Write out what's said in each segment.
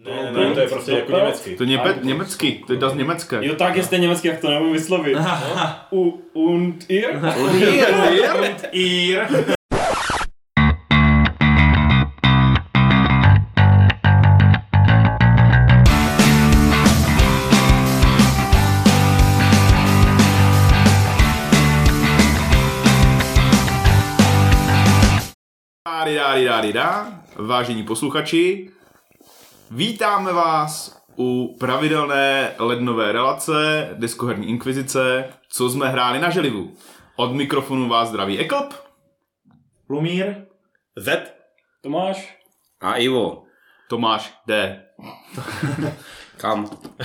Ne, to je prostě jako německý. To německý, to je das německé. Jo, tak jestli německý, jak to nebudu vyslovit. Und ihr? Und ihr. Vážení posluchači, vítáme vás u pravidelné lednové relace Deskoherní inkvizice, co jsme hráli na želivu. Od mikrofonu vás zdraví Eklb, Lumír, Z, Tomáš a Ivo. Tomáš D. Kam?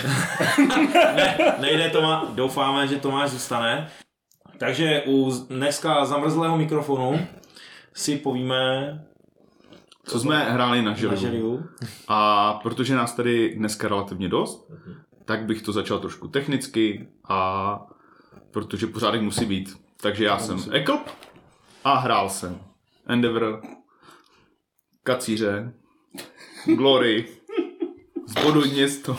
nejde Tomáš, doufáme, že Tomáš zůstane. Takže u dneska zamrzlého mikrofonu si povíme, co jsme hráli na želivu. A protože nás tady dneska relativně dost, tak bych to začal trošku technicky, a protože pořádek musí být. Takže já jsem Eklb a hrál jsem Endeavor, Kacíře, Glory, Zboduj město,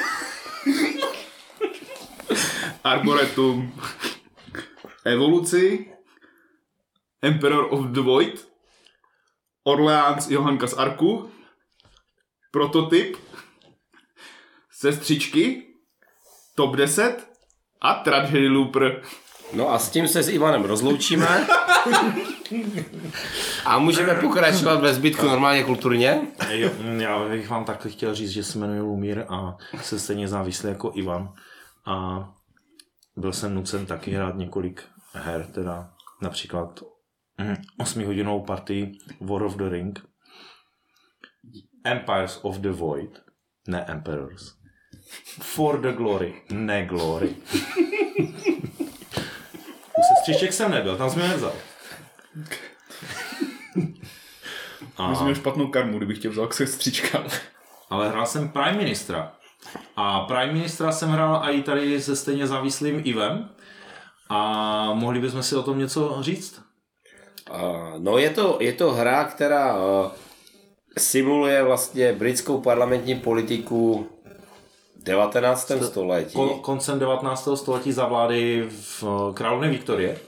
Arboretum, Evoluci, Emperor of the Void, Orleans Johanka z Arku, Prototyp, Sestřičky, Top 10 a Tragedy Looper. No a s tím se s Ivanem rozloučíme. A můžeme pokračovat ve zbytku normálně kulturně. Já bych vám takhle chtěl říct, že se jmenuji Lumír a jsem stejně závislý jako Ivan. A byl jsem nucen taky hrát několik her, teda například 8hodinovou partii War of the Ring, Empires of the Void, ne Emperors, For the Glory, ne Glory. U sestřiček jsem nebyl, tam jsme mě nevzal. My jsme měli špatnou karmu, kdybych tě vzal k sestřičkám. Ale hrál jsem Prime Ministra. A Prime Ministra jsem hrál i tady se stejně závislým Ivem. A mohli bychom si o tom něco říct? No je to hra, která simuluje vlastně britskou parlamentní politiku v 19. století. Koncem 19. století za vlády v královny Viktorie.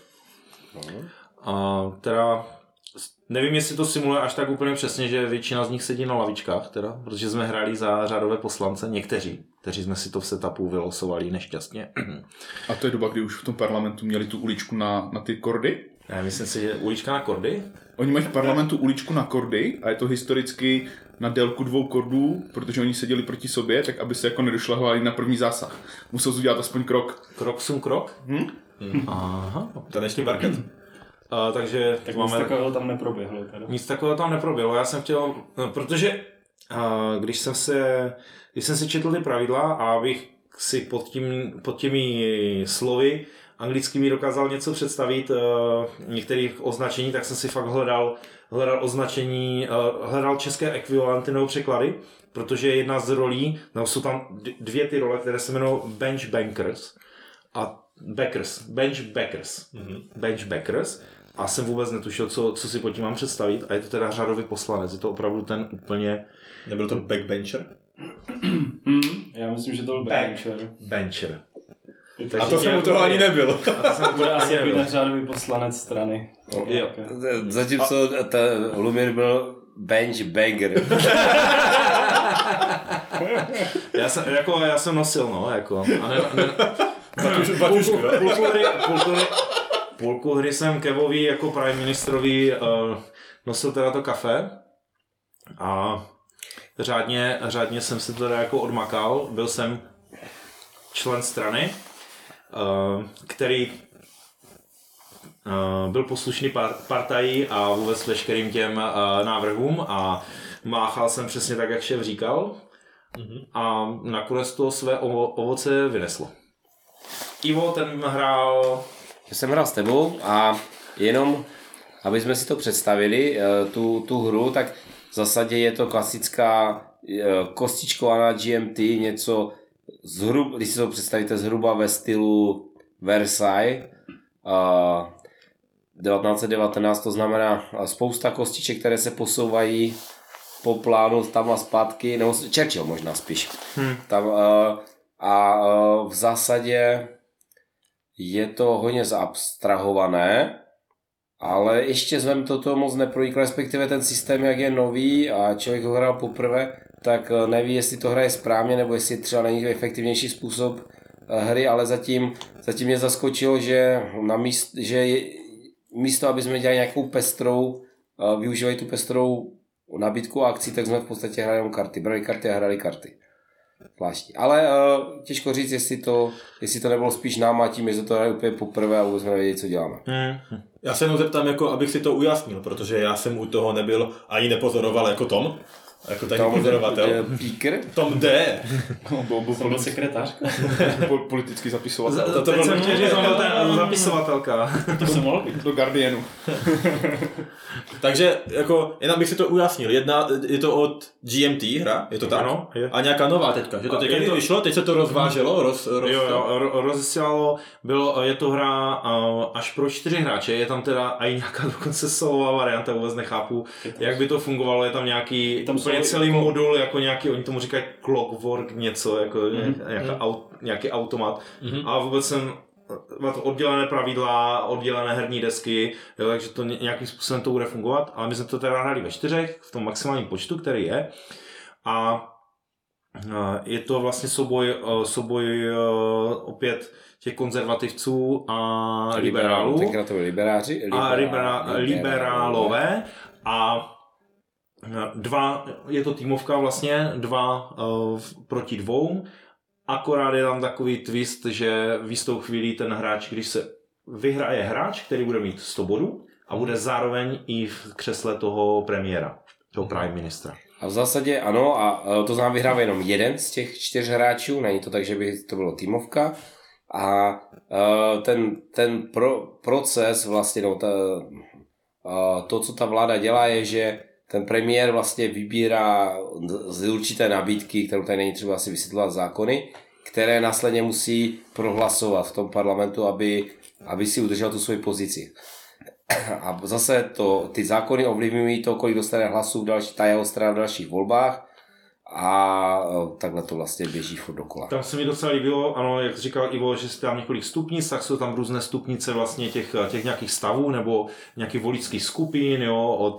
Teda nevím, jestli to simuluje až tak úplně přesně, že většina z nich sedí na lavičkách, teda, protože jsme hráli za řádové poslance, někteří, kteří jsme si to v setupu vylosovali nešťastně. A to je doba, kdy už v tom parlamentu měli tu uličku na ty kordy? Já myslím si, že ulička na kordy? Oni mají v parlamentu uličku na kordy a je to historicky na délku 2 kordů, protože oni seděli proti sobě, tak aby se jako nedošlahovali na první zásah. Musel udělat aspoň krok. Krok sum krok? Aha. Taneční parket. Takže tak nic takového tam neproběhlo. Teda. Nic takového tam neproběhlo. Já jsem chtěl, protože když jsem si četl ty pravidla a abych si pod těmi slovy anglickými dokázal něco představit, některých označení, tak jsem si fakt hledal označení, hledal české ekvivalenty nebo překlady, protože jedna z rolí, nebo jsou tam dvě ty role, které se jmenují bench bankers a bench backers. A jsem vůbec netušil, co si pod tím mám představit. A je to teda řádový poslanec. Je to opravdu ten úplně... Nebyl to backbencher? Já myslím, že to byl Bencher. A to jsem u toho ani nebyl. To bude asi jako řádový poslanec strany. Jo. Zatímco Lumír byl bench bagger. Já jsem nosil, no, jako. A půlku hry jsem Kevovi jako prime ministrovi nosil teda to kafe a řádně jsem si to teda jako odmakal. Byl jsem člen strany, který byl poslušný partaji a vůbec veškerým těm návrhům a máchal jsem přesně tak, jak šéf říkal a nakonec to své ovoce vyneslo. Ivo, ten hrál... Já jsem hrál s tebou a jenom, aby jsme si to představili, tu hru, tak v zásadě je to klasická kostičkovaná GMT, něco zhruba, když si to představíte zhruba ve stylu Versailles, 1919, to znamená spousta kostiček, které se posouvají po plánu tam a zpátky, nebo Churchill možná spíš. Tam, v zásadě je to hodně zaabstrahované, ale ještě jsem toto moc nepronikl, respektive ten systém, jak je nový a člověk ho hrál poprvé, tak neví, jestli to hraje správně, nebo jestli třeba není efektivnější způsob hry, ale zatím mě zaskočilo, že místo, aby jsme dělali nějakou pestrou, využívali tu pestrou nabídku a akcí, tak jsme v podstatě hráli jenom karty, brali karty a hráli karty. Zvláštní. Ale těžko říct, jestli to nebylo spíš náma tím, že to hraje úplně poprvé a vůbec jsme nevěděli, co děláme. Já se jenom zeptám, jako, abych si to ujasnil, protože já jsem u toho nebyl ani nepozoroval jako Tom. Jako tady pozorovatel. Tom D. Byl sekretář. Politický zapisovatel. To jsem chtěl říct, on zapisovatelka. To jsem mohl být. Do Guardianu. Takže jako, jenom bych si to ujasnil. Je to od GMT hra, je to tak? Ano, je. A nějaká nová teďka, že to teďka vyšlo, teď se to rozváželo, rozesílalo, je to hra až pro 4 hráče, je tam teda i nějaká dokonce solová varianta, vůbec nechápu, jak by to fungovalo, je tam nějaký úplně celý modul, jako nějaký, oni tomu říkají clockwork něco, jako nějaký automat a vůbec jsem oddělené pravidla, oddělené herní desky, jo, takže to nějakým způsobem to bude fungovat, ale my jsme to teda hráli ve 4, v tom maximálním počtu, který je. A je to vlastně souboj opět těch konzervativců a liberálů. Tenkrát to byli liberáři. Liberálové. A je to týmovka vlastně, 2 proti 2. Akorát je tam takový twist, že v jistou chvíli ten hráč, když se vyhraje hráč, který bude mít 100 bodů a bude zároveň i v křesle toho premiéra, toho prime ministra. A v zásadě ano, a to znamená vyhrává jenom jeden z těch 4 hráčů, není to tak, že by to bylo týmovka. A ten proces vlastně, to, co ta vláda dělá, je, že ten premiér vlastně vybírá z určité nabídky, kterou tady není třeba asi vysvětlovat zákony, které následně musí prohlasovat v tom parlamentu, aby si udržel tu svoji pozici. A zase ty zákony ovlivňují to, kolik dostane hlasů ta jeho strana v dalších volbách a takhle to vlastně běží furt dokola. Tam se mi docela líbilo, ano, jak říkal Ivo, že jste tam několik stupnic, tak jsou tam různé stupnice vlastně těch nějakých stavů nebo nějakých voličských skupin, jo,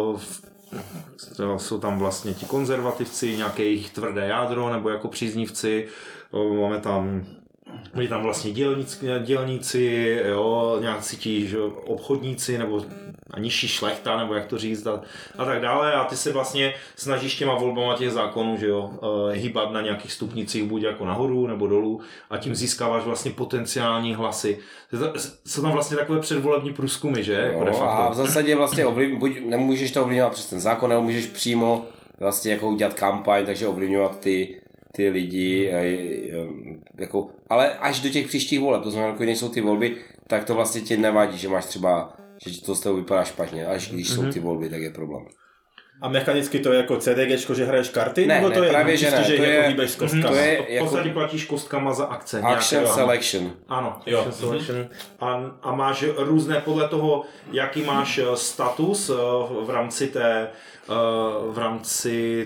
jsou tam vlastně ti konzervativci, nějaké jejich tvrdé jádro nebo jako příznivci, máme tam vlastně dělníci, jo, nějací ti obchodníci nebo nižší šlechta, nebo jak to říct a tak dále a ty se vlastně snažíš těma volbama těch zákonů, že jo, hýbat na nějakých stupnicích buď jako nahoru nebo dolů a tím získáváš vlastně potenciální hlasy. Jsou tam vlastně takové předvolební průzkumy, že? Jako de facto. A v zásadě vlastně buď nemůžeš to ovlivňovat přes ten zákon, nebo můžeš přímo vlastně jako udělat kampaň, takže ovlivňovat ty lidi, jako, ale až do těch příštích voleb, to znamená, když nejsou ty volby, tak to vlastně ti nevadí, že máš třeba, že to z toho vypadá špatně, až když jsou ty volby, tak je problém. A mechanicky to je jako CDGčko, že hraješ karty? Ne, nebo to je právě že ne, že to je, jako hýbeš s kostkama? To je v podstatě platíš kostkama za akce. Action selection. Ano, action selection. A máš různé podle toho, jaký máš status v rámci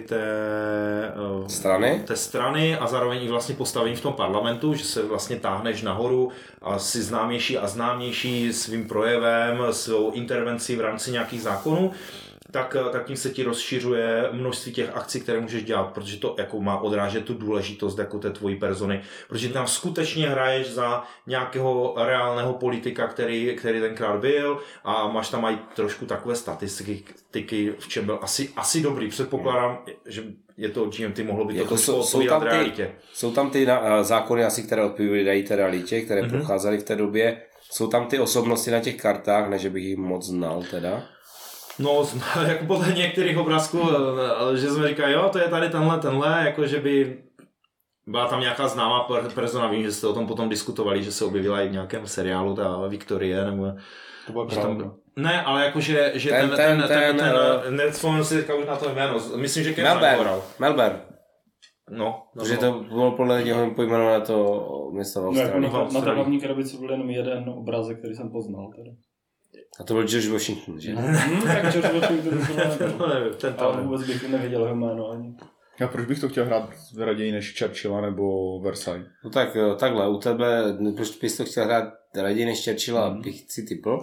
té strany a zároveň i vlastně postavení v tom parlamentu, že se vlastně táhneš nahoru a jsi známější a známější svým projevem, svou intervencí v rámci nějakých zákonů. Tak tím se ti rozšiřuje množství těch akcí, které můžeš dělat, protože to jako má odrážet tu důležitost jako té tvojí persony. Protože tam skutečně hraješ za nějakého reálného politika, který tenkrát byl a máš tam i trošku takové statistiky, v čem byl asi dobrý. Předpokládám, že je to GMT mohlo být jako odpovídat realitě. Jsou tam ty zákony asi, které odpovídají té realitě, které procházely v té době. Jsou tam ty osobnosti na těch kartách, ne že bych jich moc znal teda. No, jako podle některých obrázků, že jsme říkali, jo, to je tady tenhle, jako že by byla tam nějaká známá persona, vím, že jste o tom potom diskutovali, že se objevila i v nějakém seriálu, ta Viktorie, nebo... To byla pravda. Ne, ale jako, že nevzpomenu si teďka už na to jméno, myslím, že Kevin Melbourne. No. Protože to bylo podle něho pojmenované to město v Austrálii. Na té hlavní krabici byl jenom jeden obrázek, který jsem poznal. Teda. A to byl George Washington, že? Tak George Washington to nevím, ale vůbec bych nevěděl jeho jméno ani. A proč bych to chtěl hrát raději než Churchilla nebo Versailles? No tak takhle, u tebe, proč bys to chtěl hrát raději než Churchilla, bych si typl.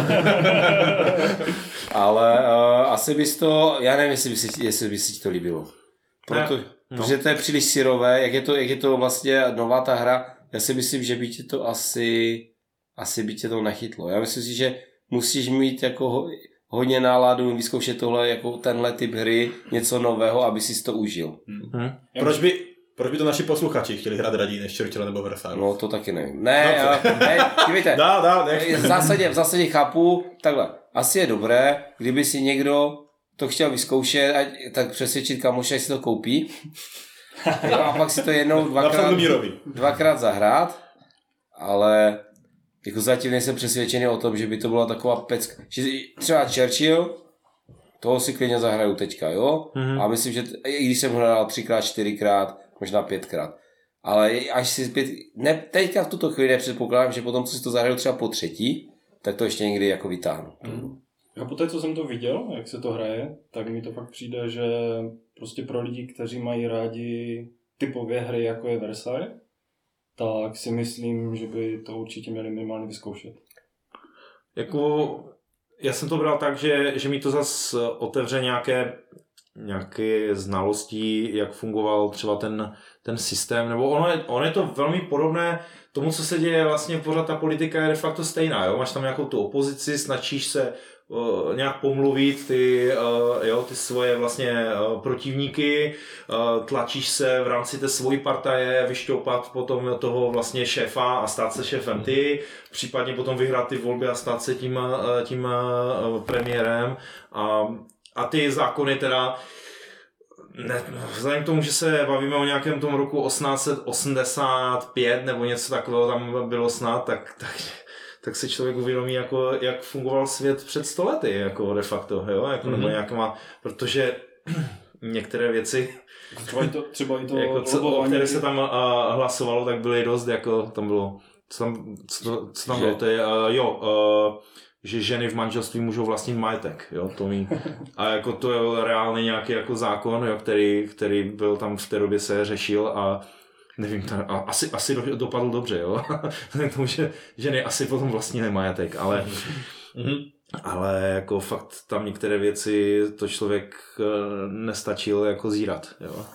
Ale asi bys to, já nevím, jestli by si to líbilo. Protože to je příliš syrové, jak je to vlastně nová ta hra, já si myslím, že by tě to asi by tě to nechytlo. Já myslím si, že musíš mít jako hodně náladu vyzkoušet tohle, jako tenhle typ hry, něco nového, aby si to užil. Proč by to naši posluchači chtěli hrát raději než Churchill nebo Versailles? No to taky nevím. Ne, dívejte, v zásadě chápu, takhle, asi je dobré, kdyby si někdo to chtěl vyzkoušet, tak přesvědčit kamoše, si to koupí. Jo, a pak si to jednou dvakrát zahrát, ale jako zatím nejsem přesvědčený o tom, že by to byla taková pecka. Že třeba Churchill, toho si klidně zahraju teďka, jo? A myslím, že i když jsem hrál 3x, 4x, možná 5x. Ale až si teďka v tuto chvíli předpokládám, že potom, co si to zahraju třeba po třetí, tak to ještě někdy jako vytáhnu. A poté, co jsem to viděl, jak se to hraje, tak mi to fakt přijde, že prostě pro lidi, kteří mají rádi typově hry, jako je Versailles, tak si myslím, že by to určitě měli minimálně vyzkoušet. Jako, já jsem to bral tak, že mi to zase otevře nějaké znalostí, jak fungoval třeba ten systém, nebo ono je to velmi podobné tomu, co se děje vlastně pořád, ta politika je de facto stejná, jo? Máš tam nějakou tu opozici, snažíš se nějak pomluvit ty svoje vlastně protivníky, tlačíš se v rámci té svojí partaje, vyšťoupat potom toho vlastně šéfa a stát se šéfem ty, případně potom vyhrát ty volby a stát se tím premiérem a ty zákony teda vzhledem k tomu, že se bavíme o nějakém tom roku 1885 nebo něco takového tam bylo snad, tak se člověk uvědomí, jako, jak fungoval svět před 100 lety, jako de facto, jo? Jako, nebo protože některé věci, třeba i to jako, o které se tam hlasovalo, tak byly dost, jako tam bylo, co tam bylo, to je, že ženy v manželství můžou vlastnit majetek, jo, a jako to je reálně nějaký jako zákon, jo, který byl tam v té době se řešil a nevím, asi dopadl dobře, jo, tomu, že ženy asi potom vlastnili majetek, ale jako fakt tam některé věci to člověk nestačil jako zírat, jo.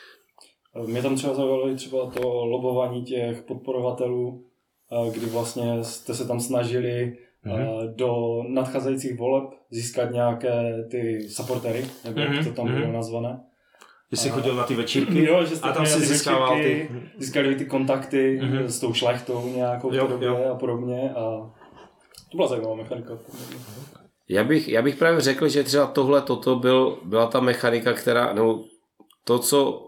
Mě tam třeba zaujalo třeba to lobování těch podporovatelů, kdy vlastně jste se tam snažili do nadcházejících voleb získat nějaké ty supportery, nebo jak to tam bylo nazvané. Že jsi chodil na ty večírky a tam si získali ty kontakty s tou šlechtou nějakou a podobně a to byla zajímavá mechanika. Já bych právě řekl, že třeba toto byla ta mechanika, která, no to, co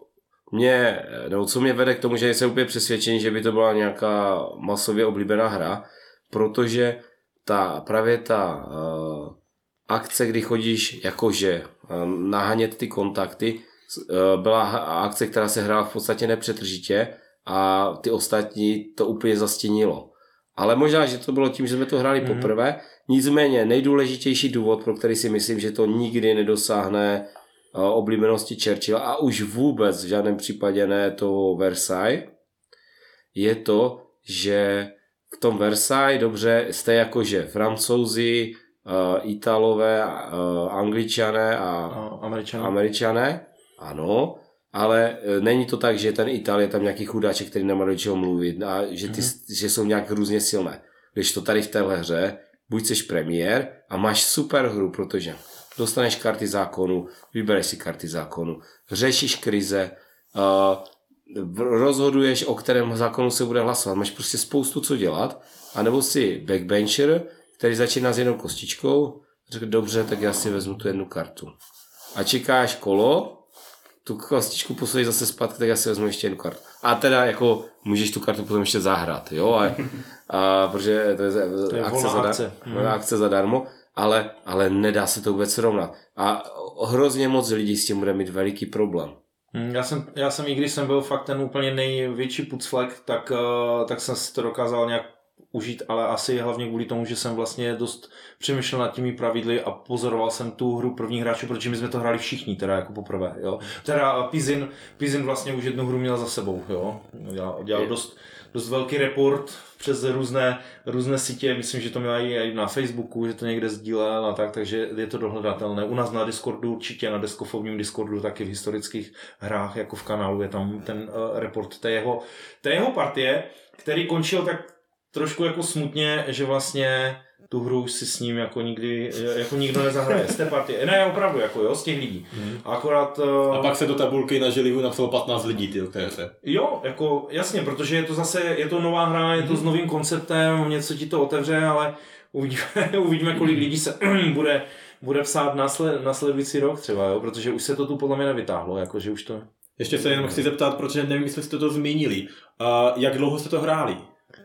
mě vede k tomu, že jsem úplně přesvědčený, že by to byla nějaká masově oblíbená hra, protože právě ta akce, kdy chodíš jakože nahánět ty kontakty, byla akce, která se hrála v podstatě nepřetržitě a ty ostatní to úplně zastínilo. Ale možná, že to bylo tím, že jsme to hráli poprvé. Nicméně nejdůležitější důvod, pro který si myslím, že to nikdy nedosáhne oblíbenosti Churchilla a už vůbec v žádném případě ne to Versailles, je to, že v tom Versailles dobře jste jakože Francouzi, Italové, Angličané a Američané. Ano, ale není to tak, že ten Ital je tam nějaký chudáček, který nemá do čeho mluvit a že jsou nějak různě silné. Když to tady v téhle hře, buď jsi premiér a máš super hru, protože dostaneš karty zákonu, vybereš si karty zákonu, řešíš krize, rozhoduješ, o kterém zákonu se bude hlasovat. Máš prostě spoustu co dělat, anebo si backbencher, který začíná s jednou kostičkou, řekl, dobře, tak já si vezmu tu jednu kartu. A čekáš kolo, tu kostičku posadíš zase zpátky, tak já si vezmu ještě jednu kartu. A teda jako můžeš tu kartu potom ještě zahrát, jo, protože to je akce zadarmo, ale nedá se to vůbec srovnat. A hrozně moc lidí s tím bude mít veliký problém. Já jsem i když jsem byl fakt ten úplně největší pucflek, tak jsem si to dokázal nějak užít, ale asi hlavně kvůli tomu, že jsem vlastně dost přemýšlel nad těmi pravidly a pozoroval jsem tu hru prvních hráčů, protože my jsme to hráli všichni, teda jako poprvé, jo. Teda Pizin vlastně už jednu hru měl za sebou, jo. Dělal dost velký report přes různé sítě, myslím, že to měla i na Facebooku, že to někde sdílel a tak, takže je to dohledatelné. U nás na Discordu, určitě na deskofobním Discordu, taky v historických hrách, jako v kanálu, je tam ten report té jeho partie, který končil tak trošku jako smutně, že vlastně tu hru už si s ním jako nikdo nezahraje z té partie. Ne, opravdu, jako jo, z těch lidí. Akorát... A pak se do tabulky na želivu napsalo 15 lidí, ty, které se... Jo, jako jasně, protože je to zase, je to nová hra, je to s novým konceptem, něco ti to otevře, ale uvidíme kolik lidí se bude psát následující rok třeba, jo, protože už se to tu podle mě nevytáhlo, jakože už to... Ještě se jenom chci zeptat, protože nevím, jestli jste to zmínili. Jak dlouho jste to hráli?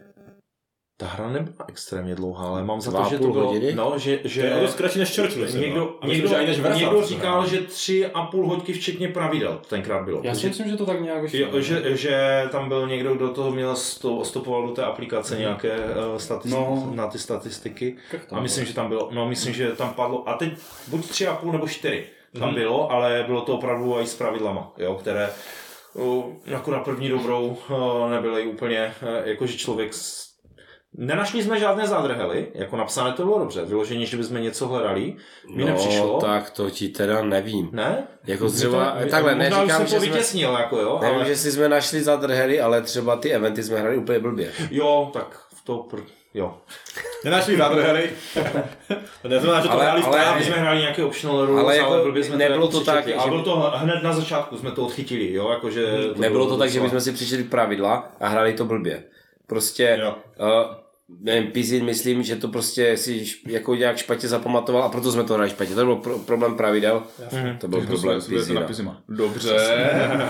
Ta hra nebyla extrémně dlouhá, ale mám za to, že to bylo... No, že to je dost kratší než Churchill. Někdo říkal, že 3,5 hodiny včetně pravidel tenkrát bylo. Já si myslím, že to tak nějak vyšlo. Že tam byl někdo, kdo toho měl stopoval do té aplikace nějaké na ty statistiky. A myslím, že tam bylo, myslím, že tam padlo, a teď buď 3,5 nebo 4 tam bylo, ale bylo to opravdu i s pravidlama, jo, které jako na první dobrou nebyly úplně, jakože člověk... Nenašli jsme žádné zádrhely, jako napsané to bylo dobře, vyložení, že bychom něco hledali, mi nepřišlo. Tak to ti teda nevím. Ne? Jako třeba, takhle neříkám, že vytěsnil, jako jo. Nevím, že si jsme našli zádrhely, ale třeba ty eventy jsme hrali úplně blbě. Jo, tak jo. Nenašli zádrhely. To neznamená, že to hráli správně. Jsme hráli nějaké optional rules, ale jako blbě jsme nebylo to tak, ale bylo to hned na začátku, jsme to odchytili, jo, jakože... Nebylo to tak, že bychom si přišli pravidla a hráli to blbě. Prostě, nevím, Pizin, myslím, že to prostě si jako nějak špatně zapamatoval a proto jsme to hráli špatně. To byl problém pravidel, to byl problém Pizina. Dobře.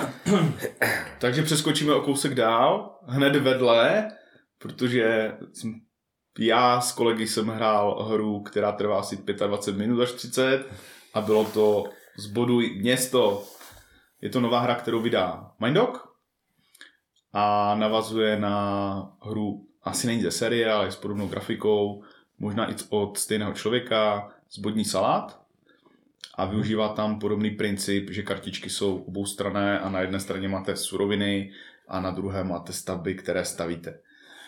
Takže přeskočíme o kousek dál, hned vedle, protože já s kolegy jsem hrál hru, která trvá asi 25 minut až 30 a bylo to Zboduj město. Je to nová hra, kterou vydá Minddog a navazuje na hru, asi není ze série, ale s podobnou grafikou, možná i od stejného člověka, Zbodní salát. A využívá tam podobný princip, že kartičky jsou oboustranné a na jedné straně máte suroviny a na druhé máte stavby, které stavíte.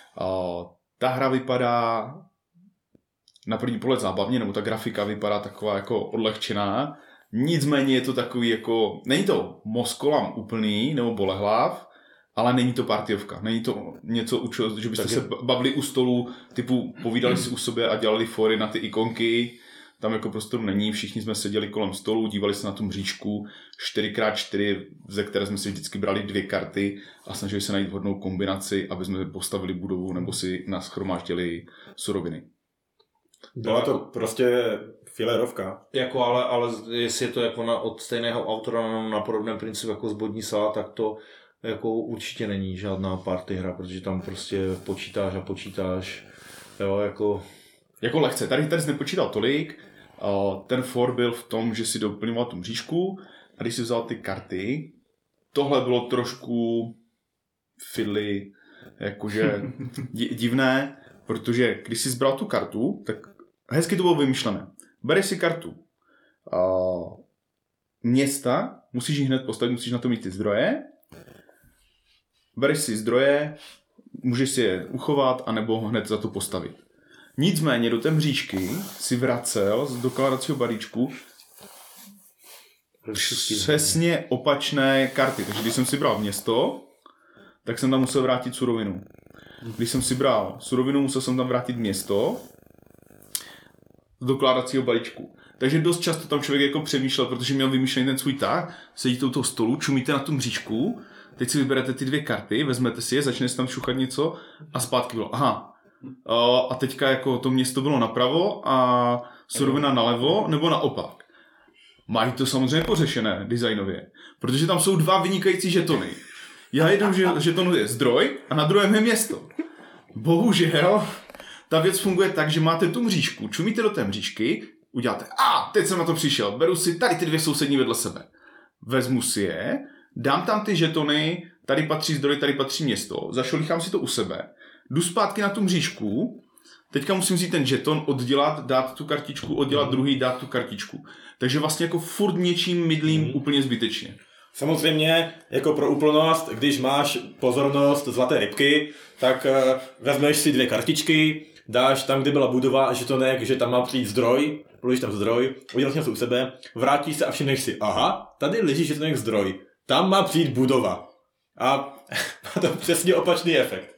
Ta hra vypadá na první pohled zábavně, nebo ta grafika vypadá taková jako odlehčená. Nicméně je to takový jako, není to mozkolam úplný nebo bolehlav, ale není to partiovka. Není to něco, že byste se bavili u stolu, typu povídali si u sebe a dělali fóry na ty ikonky. Tam jako prostoru není, všichni jsme seděli kolem stolu, dívali se na tu mřížku 4x4, ze které jsme si vždycky brali 2 karty a snažili se najít vhodnou kombinaci, aby jsme postavili budovu nebo si nashromáždili suroviny. Byla to prostě filerovka. Jako, ale jestli je to jako od stejného autora na podobném principu jako Zbodní salát, tak to jako určitě není žádná party hra, protože tam prostě počítáš, jo, jako lehce. Tady jsi nepočítal tolik, ten for byl v tom, že si doplňoval tu mřížku a když si vzal ty karty, tohle bylo trošku fiddly, jakože divné, protože když jsi zbral tu kartu, tak hezky to bylo vymyšlené. Bereš si kartu města, musíš ji hned postavit, musíš na to mít ty zdroje, bereš si zdroje, můžeš si je uchovat, anebo hned za to postavit. Nicméně do té mřížky si vracel z dokládacího balíčku přesně opačné karty. Takže když jsem si bral město, tak jsem tam musel vrátit surovinu. Když jsem si bral surovinu, musel jsem tam vrátit město z dokládacího balíčku. Takže dost často tam člověk jako přemýšlel, protože měl vymýšlený ten svůj tah, sedíte u toho stolu, čumíte na tu mřížku, teď si vyberete ty 2 karty, vezmete si je, začnete tam šuchat něco a zpátky bylo, aha. A teďka jako to město bylo napravo a surovina nalevo, nebo naopak. Mají to samozřejmě pořešené designově, protože tam jsou 2 vynikající žetony. Já jednou žetonu je zdroj a na druhém je město. Bohužel ta věc funguje tak, že máte tu mřížku, čumíte do té mřížky, uděláte, teď jsem na to přišel, beru si tady ty 2 sousední vedle sebe. Vezmu si je, dám tam ty žetony, tady patří zdroj, tady patří město, zašolíchám si to u sebe, jdu zpátky na tu mřížku, teďka musím vzít ten žeton, oddělat, dát tu kartičku, oddělat druhý, dát tu kartičku. Takže vlastně jako furt něčím mydlím úplně zbytečně. Samozřejmě, jako pro úplnost, když máš pozornost zlaté rybky, tak vezmeš si 2 kartičky, dáš tam, kde byla budova, žetonek, že tam má přijít zdroj, položíš tam zdroj, uděláš něco u sebe, vrátíš se a všimneš si, aha, tady leží žetonek zdroj, tam má přijít budova. A má to přesně opačný efekt.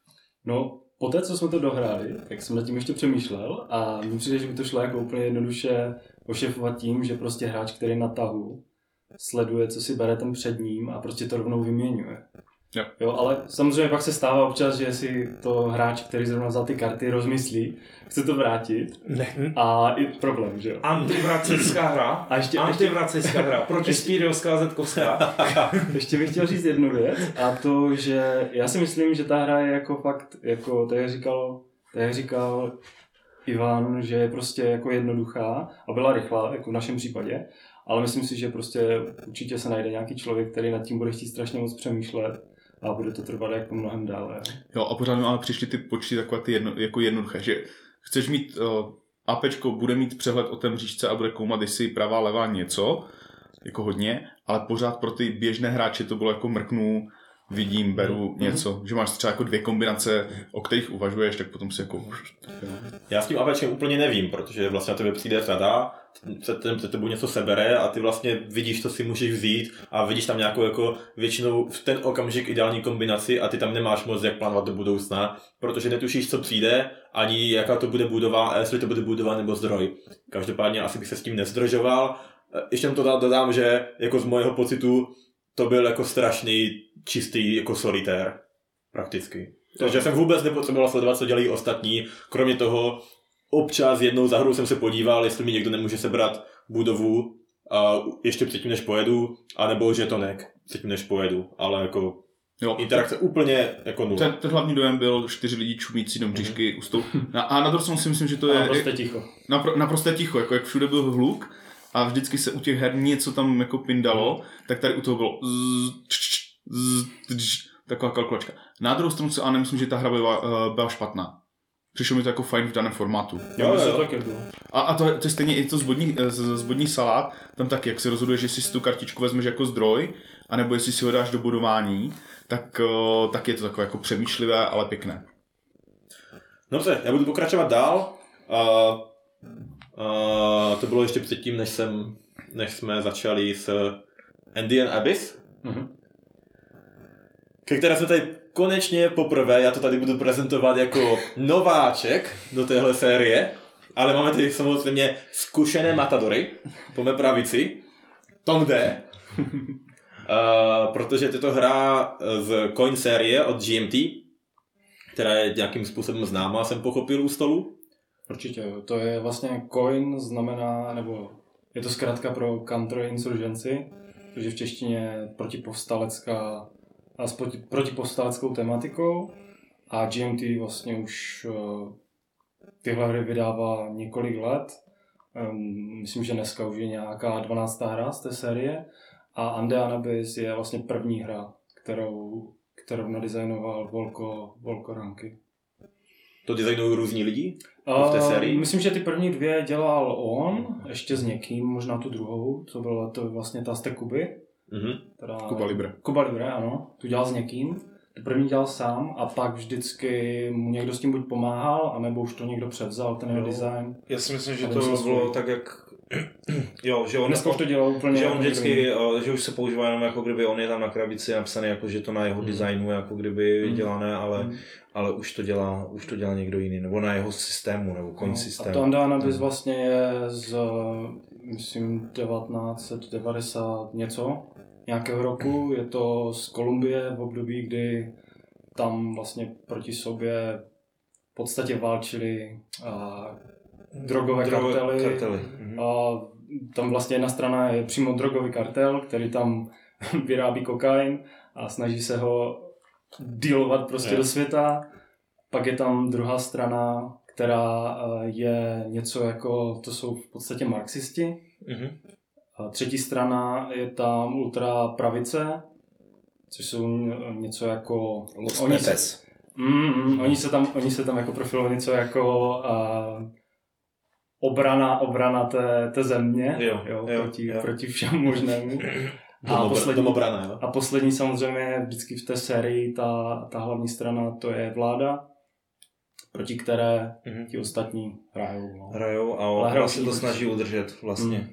No, poté, co jsme to dohráli, tak jsem nad tím ještě přemýšlel a mně přijde, že by to šlo jako úplně jednoduše ošefovat tím, že prostě hráč, který na tahu, sleduje, co si bere ten před ním a prostě to rovnou vyměňuje. Jo, ale samozřejmě pak se stává občas, že si to hráč, který zrovna vzal ty karty, rozmyslí, chce to vrátit a i problém, že jo. Antivracecká hra. Antivracecká hra. Protispíriovská zetkovská. Ještě bych chtěl říct jednu věc a to, že já si myslím, že ta hra je jako fakt, jako tak jak říkal Ivan, že je prostě jako jednoduchá a byla rychlá, jako v našem případě, ale myslím si, že prostě určitě se najde nějaký člověk, který nad tím bude chtít strašně moc přemýšlet a bude to trvat jako mnohem dále. Jo, a pořád mi ale přišly ty počty takové ty jako jednoduché, že chceš mít APčko, bude mít přehled o té mřížce a bude koumat, jestli pravá, levá něco, jako hodně, ale pořád pro ty běžné hráče to bylo jako mrknu, vidím, beru něco, že máš třeba jako 2 kombinace, o kterých uvažuješ, tak potom si jako... Já s tím APčkem úplně nevím, protože vlastně na tebe přijde řada, před tebou něco sebere a ty vlastně vidíš, co si můžeš vzít a vidíš tam nějakou jako většinou v ten okamžik ideální kombinaci a ty tam nemáš moc jak plánovat do budoucna, protože netušíš, co přijde, ani jaká to bude budova, a jestli to bude budova nebo zdroj. Každopádně asi bych se s tím nezdržoval. Ještě to dodám, že jako z mojeho pocitu to byl jako strašný čistý jako solitér, prakticky. Takže jsem vůbec nepotřeboval sledovat, co dělají ostatní, kromě toho občas jednou za hru jsem se podíval, jestli mi někdo nemůže sebrat budovu a ještě předtím, než pojedu, anebo žetonek předtím, než pojedu, ale jako jo, interakce úplně jako nula. Ten hlavní dojem byl 4 lidi čumící do mřížky u stolu. A na druhou si myslím, že to je... Naprosto ticho. Naprosto ticho, jako jak všude byl hluk a vždycky se u těch her něco tam jako pindalo, tak tady u toho bylo taková kalkulačka. Na druhou stranu se ale nemyslím, že ta hra byla špatná. Přišlo mi to jako fajn v daném formátu. Jo. A to je stejně i to zbodní salát, tam taky, jak si rozhoduješ, jestli si tu kartičku vezmeš jako zdroj, anebo jestli si ho dáš do budování, tak je to takové jako přemýšlivé, ale pěkné. Dobře, já budu pokračovat dál. To bylo ještě předtím, než jsme začali s Andean Abyss, ke které jsme tady konečně poprvé, já to tady budu prezentovat jako nováček do téhle série, ale máme tady samozřejmě zkušené matadory po mé pravici. Tom D. Protože je to hra z Coin série od GMT, která je nějakým způsobem známá, jsem pochopil u stolu. Určitě, to je vlastně Coin, znamená, nebo je to zkrátka pro counterinsurgency, což je v češtině protipovstalecká a s protipovstaleckou tematikou a GMT vlastně už tyhle hry vydává několik let. Myslím, že dneska už je nějaká 12. hra z té série a Andean Abyss je vlastně první hra, kterou nadizajnoval Volko Ranky. To designují různí lidi v té sérii? Myslím, že ty první 2 dělal on, ještě s někým, možná tu druhou, co byla to vlastně ta z té Kuby. Cuba Libre, ano. Tu dělal s někým. Tu první dělal sám a pak vždycky mu někdo s tím buď pomáhal, anebo už to někdo převzal, ten jeho design. Já si myslím, že to bylo tak, jak... Jo, že on dneska už to dělal úplně... Že on vždycky, že už se používá jenom jako kdyby on je tam na krabici napsaný, jako že to na jeho designu jako kdyby dělané, ale už to dělá někdo jiný, nebo na jeho systému, nebo coin systému. A to Andean Abyss vlastně je z, myslím, 1990 něco, nějakého roku. Je to z Kolumbie v období, kdy tam vlastně proti sobě v podstatě válčili drogové kartely. A tam vlastně jedna strana je přímo drogový kartel, který tam vyrábí kokain a snaží se ho dealovat prostě do světa. Pak je tam druhá strana, která je něco jako, to jsou v podstatě marxisti. A třetí strana je tam ultra pravice, což jsou něco jako... Oni se tam jako profilují něco jako obrana té země, jo, proti všem možnému. Domobrana, jo. A poslední samozřejmě vždycky v té sérii ta hlavní strana, to je vláda, proti které ti ostatní hrajou. No. Hrajou a ona se to snaží udržet vlastně.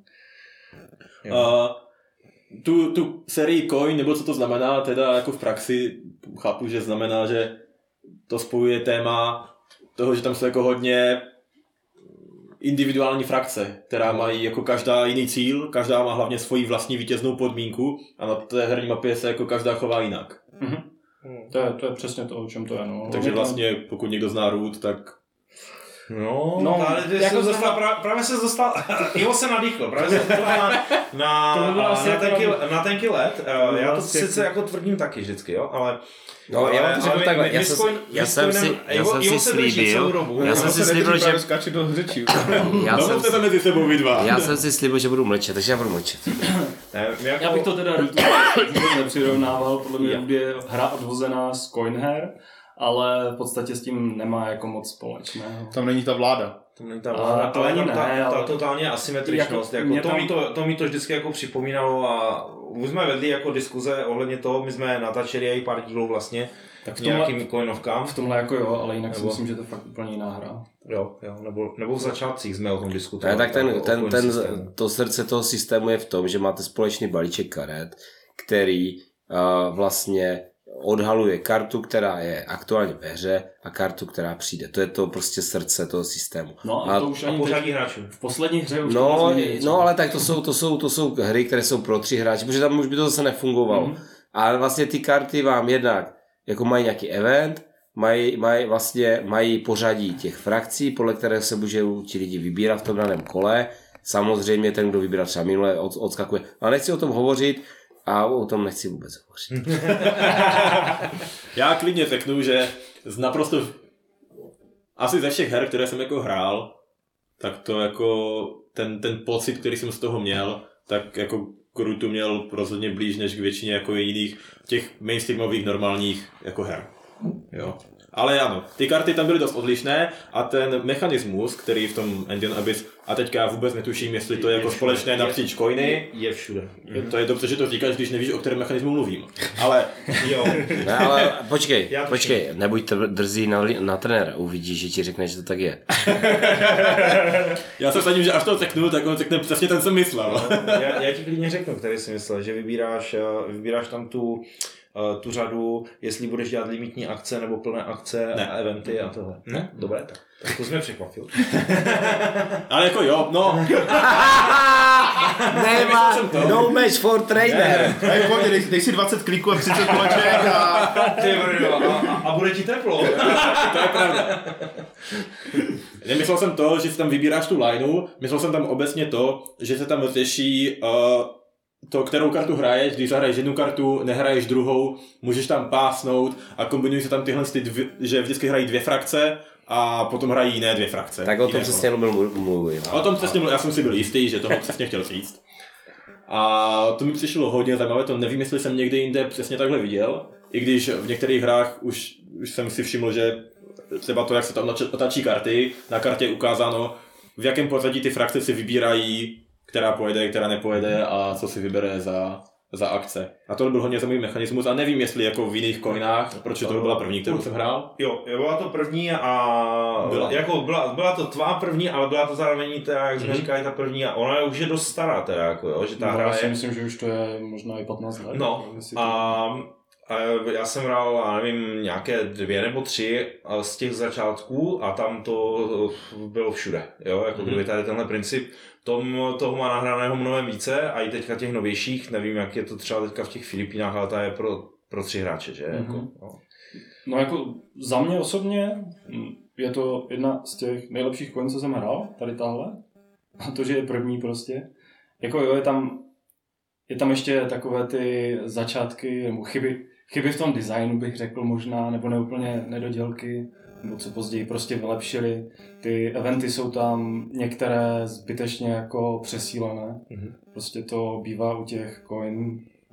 Tu sérii Coin, nebo co to znamená, teda jako v praxi, chápu, že znamená, že to spojuje téma toho, že tam jsou jako hodně individuální frakce, která mají jako každá jiný cíl, každá má hlavně svoji vlastní vítěznou podmínku a na té herní mapě se jako každá chová jinak. To je přesně to, o čem to je. No. Takže vlastně, pokud někdo zná Root, tak... Právě se dostal, Ivo se nadýchl, právě se dostal na tenký let, já to sice jako tvrdím taky vždycky, jo, ale... No, já vám to řeknu takhle, já jsem si slíbil, že... Skáče do řečí. Já jsem si slíbil, že budu mlčet, takže já budu mlčet. Já bych to teda vůbec nepřirovnával, podle mě je hra odvozená z Coin her, ale v podstatě s tím nemá jako moc společného. Tam není ta vláda. To ani ne, ta totálně asymetričnost. To mi to vždycky jako připomínalo a už jsme vedli jako diskuze ohledně toho, my jsme natáčeli i pár dílů vlastně tak nějakým coinovkám. V tomhle jako jo, ale jinak si myslím, že to je fakt úplně jiná hra. Jo, nebo v začátcích jsme o tom diskutovali. Tak to srdce toho systému je v tom, že máte společný balíček karet, který vlastně odhaluje kartu, která je aktuálně ve hře a kartu, která přijde. To je to prostě srdce toho systému. No a to už ani pořadí hráčů. V poslední hře už No, ale tak to jsou hry, které jsou pro 3 hráče, protože tam už by to zase nefungovalo. A vlastně ty karty vám jednak jako mají nějaký event, mají pořadí těch frakcí, podle kterého se můžou ti lidi vybírat v tom daném kole. Samozřejmě ten, kdo vybírá třeba minule, odskakuje. Ale nechci o tom hovořit, a o tom nechci vůbec hovořit. Já klidně řeknu, že naprosto asi ze všech her, které jsem jako hrál, tak to jako ten pocit, který jsem z toho měl, tak jako k Rootu měl rozhodně blíž než k většině jako jiných těch mainstreamových normálních jako her. Jo. Ale ano, ty karty tam byly dost odlišné a ten mechanismus, který v tom Endian Abyss, a teďka já vůbec netuším, jestli to je jako společné napříč coiny. Je všude. To je dobře, že to říkáš, když nevíš, o kterém mechanismu mluvím. Ale jo. Ne, ale počkej, nebuď drzý na trenéra, uvidíš, že ti řekne, že to tak je. Já se sadím, že až to řeknu, tak on řekne přesně ten, co myslel. Já ti klidně řeknu, který si myslel, že vybíráš tam tu řadu, jestli budeš dělat limitní akce nebo plné akce a eventy a tohle. Ne? Dobré, tak to jsme překvapil. Ale jako jo, no. Nemá, no match for trainer. Dej si 20 kliků a 30 koleček a bude ti teplo. To je pravda. Nemyslel jsem to, že si tam vybíráš tu lineu, myslel jsem tam obecně to, že se tam řeší to, kterou kartu hraješ, když zahraješ jednu kartu, nehraješ druhou, můžeš tam pásnout a kombinují se tam tyhle, že vždycky hrají 2 frakce a potom hrají jiné 2 frakce. Tak o tom přesně mluvím. O tom přesně mluvím, já jsem si byl jistý, že toho přesně chtěl říct. A to mi přišlo hodně zajímavé, to nevím, jestli jsem někde jinde přesně takhle viděl, i když v některých hrách už jsem si všiml, že třeba to, jak se tam otačí karty, na kartě je ukázáno, v jakém pořadí ty frakce si vybírají, která pojede, která nepojede a co si vybere za akce. A to byl hodně zajímavý mechanismus a nevím, jestli jako v jiných coinách, protože to byla první, kterou jsem hrál. Jo, byla to první a byla to tvá první, ale byla to zároveň teda, jak jsme říkali, ta první a ona už je dost stará teda, jako jo, že ta hra já si myslím, že už to je možná i 15 let. No, a já jsem hrál, nevím, nějaké 2 nebo 3 z těch začátků a tam to bylo všude, jo, jako kdyby tady tenhle princip, toho má nahraného mnohem více a i teďka těch novějších, nevím, jak je to třeba teďka v těch Filipínách, ale ta je pro 3 hráče, že? No jako za mě osobně je to jedna z těch nejlepších coin, co jsem hrál, tady tahle, a to, že je první prostě, jako jo, je tam ještě takové ty začátky, nebo chyby v tom designu bych řekl možná, nebo neúplně nedodělky, nebo co později prostě vylepšili. Ty eventy jsou tam některé zbytečně jako přesílené. Prostě to bývá u těch coin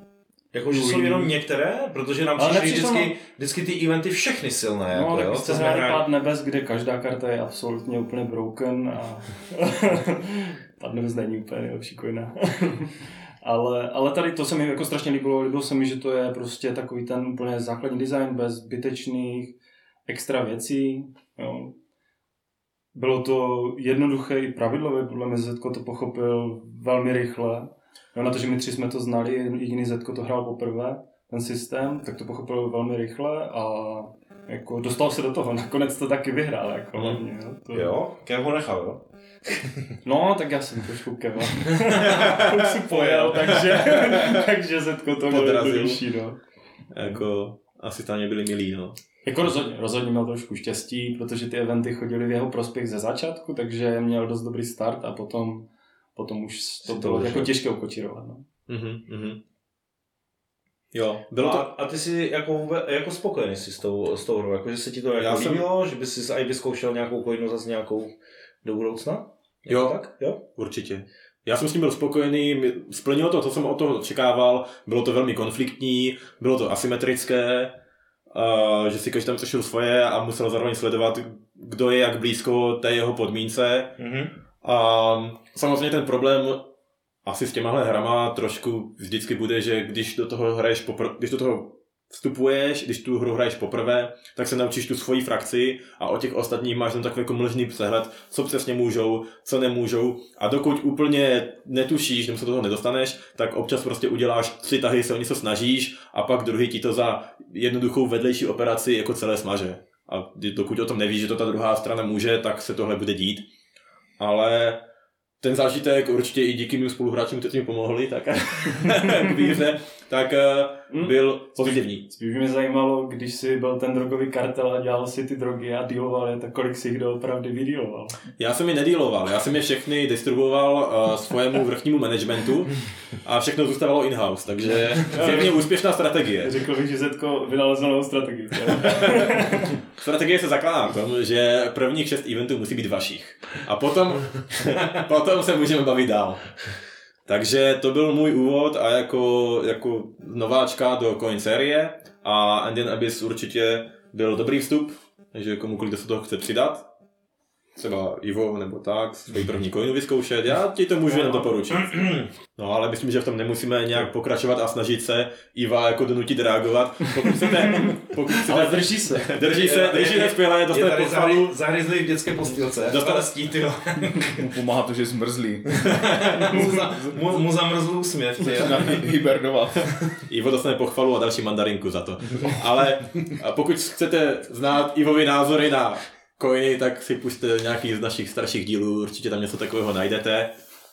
Jakože jsou jenom některé, protože nám přišly vždycky ty eventy všechny silné. No, jako, tak jo? jste hráli Pád nebes, kde každá karta je absolutně úplně broken a Pád nebes není úplně nejlepší coina. ale tady to se mi jako strašně líbilo se mi, že to je prostě takový ten úplně základní design bez zbytečných extra věcí. Jo. Bylo to jednoduché i pravidlové, podle mě Zetko to pochopil velmi rychle. No, na to, že my 3 jsme to znali, jediný Zetko to hrál poprvé, ten systém, tak to pochopil velmi rychle a jako dostal se do toho, nakonec to taky vyhrál. Jako, Jo, Kev ho nechal, jo? No, tak já jsem trošku Keva. Už si pojel, takže Zetko to bylo jednodušší, no. Jako, asi tam nebyli milí, no. Jako rozhodně měl trošku štěstí, protože ty eventy chodily v jeho prospěch ze začátku, takže měl dost dobrý start a potom už to bylo jako těžké ukočírovat. No. Jo, bylo to... A ty jsi jako spokojený jsi s tou hrou, jako, že se ti to jako líbilo, že bys si i vyzkoušel nějakou coinu zase nějakou do budoucna? Jo, tak? Jo, určitě. Já jsem s tím byl spokojený, splnilo to, co jsem od toho očekával, bylo to velmi konfliktní, bylo to asymetrické, že si každý tam řešil svoje a musel zároveň sledovat, kdo je jak blízko té jeho podmínce. A samozřejmě ten problém asi s těmahle hrama trošku vždycky bude, že když do toho hraješ když do toho vstupuješ, když tu hru hraješ poprvé, tak se naučíš tu svoji frakci a o těch ostatních máš tam takový jako mlžný přehled, co přesně můžou, co nemůžou a dokud úplně netušíš, nebo se do toho nedostaneš, tak občas prostě uděláš 3 tahy, se o něco snažíš a pak druhý ti to za jednoduchou vedlejší operaci jako celé smaže. A dokud o tom nevíš, že to ta druhá strana může, tak se tohle bude dít. Ale ten zážitek určitě i díky mým spoluhráčům, kteří mi pomohli, tak k víře, tak byl pozitivní. Spíš mě zajímalo, když jsi byl ten drogový kartel a dělal si ty drogy a dealoval je, tak kolik si jich doopravdy vydealoval? Já jsem je nedealoval, já jsem je všechny distribuoval svojemu vrchnímu managementu a všechno zůstávalo in-house, takže zjevně úspěšná strategie. Řekl bych, že Zetko vynalezl novou strategii. Strategie se zakládá v tom, že prvních 6 eventů musí být vašich. A potom se můžeme bavit dál. Takže to byl můj úvod a jako nováčka do coin série a Andean Abyss určitě byl dobrý vstup, takže komukoliv, kdo se toho chce přidat, třeba Ivo nebo tak, svůj první coinu vyzkoušet, já ti to můžu jenom doporučit. No ale myslím, že v tom nemusíme nějak pokračovat a snažit se Iva jako donutit reagovat. Pokud chcete drží se skvěle, dostane pochvalu. Zahryzlý v dětské postýlce. Dostane skít, jo. Mu pomáhá to, že je zmrzlý. mu zamrzl úsměv. Hibernovat. Ivo dostane pochvalu a další mandarinku za to. Ale pokud chcete znát Ivovy názory na coiny, tak si pusťte nějaký z našich starších dílů, určitě tam něco takového najdete.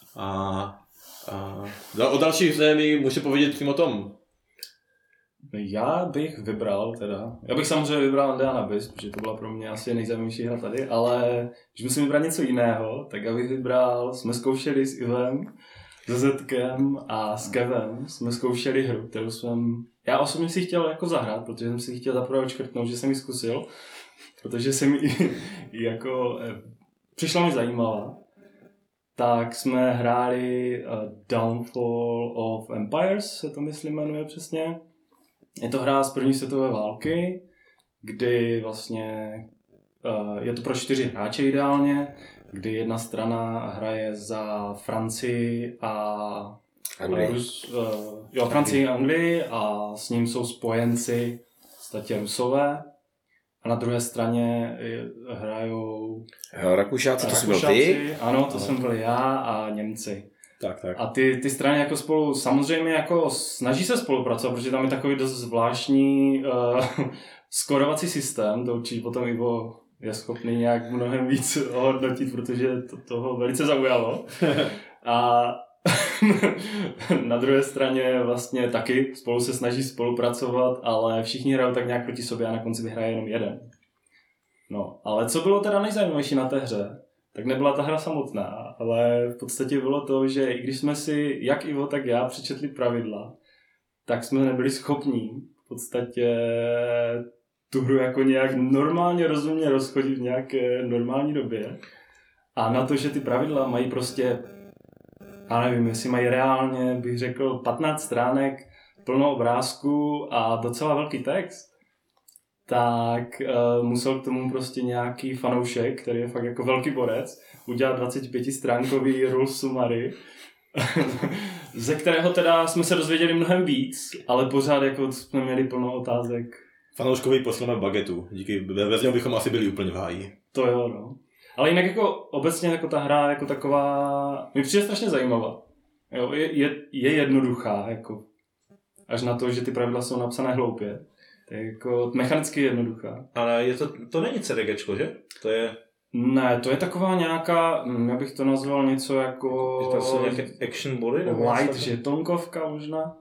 O další hře mi může povědět přímo o tom. Já bych samozřejmě vybral Andean Abyss, protože to byla pro mě asi nejzajímavější hra tady, ale když musím vybrat něco jiného, tak abych vybral, jsme zkoušeli s Ivem, se Zetkem a s Kevem, jsme zkoušeli hru, kterou já osobně si chtěl jako zahrát, protože jsem si chtěl zaprvé odškrtnout, že jsem ji zkusil, protože jsem ji jako přišla mi zajímavá. Tak jsme hráli Downfall of Empires, se to myslím jmenuje přesně. Je to hra z první světové války, kdy vlastně je to pro 4 hráče ideálně, kdy jedna strana hraje za Francii a Francii a Anglii a s ním jsou spojenci v podstatě Rusové. A na druhé straně hrajou Rakušáci, to jsi byl ty? Ano, to jsem byl já a Němci. Tak. A ty strany jako spolu samozřejmě jako snaží se spolupracovat, protože tam je takový dost zvláštní skorovací systém, to určitě potom Ivo je schopný nějak mnohem víc ohodnotit, protože toho velice zaujalo. A na druhé straně vlastně taky spolu se snaží spolupracovat, ale všichni hrajou tak nějak proti sobě a na konci vyhraje jenom jeden. No, ale co bylo teda nejzajímavější na té hře, tak nebyla ta hra samotná, ale v podstatě bylo to, že i když jsme si, jak Ivo, tak já, přečetli pravidla, tak jsme nebyli schopní v podstatě tu hru jako nějak normálně rozumně rozchodit v nějaké normální době. A na to, že ty pravidla mají prostě, já nevím, jestli mají reálně, bych řekl, 15 stránek, plno obrázků a docela velký text, tak musel k tomu prostě nějaký fanoušek, který je fakt jako velký borec, udělat 25stránkový rule summary, ze kterého teda jsme se dozvěděli mnohem víc, ale pořád jako jsme měli plno otázek. Fanouškovi posláme bagetu, díky, bez něho bychom asi byli úplně v háji. To jo, no. Ale jinak jako obecně jako ta hra jako taková, mi přijde strašně zajímavá. Jo, je jednoduchá, jako až na to, že ty pravidla jsou napsané hloupě. To je jako mechanicky jednoduchá. Ale to není CDGčko, že? To je... Ne, to je taková nějaká, já bych to nazval něco jako... Je to jsou nějaké action body? Light žetonkovka možná.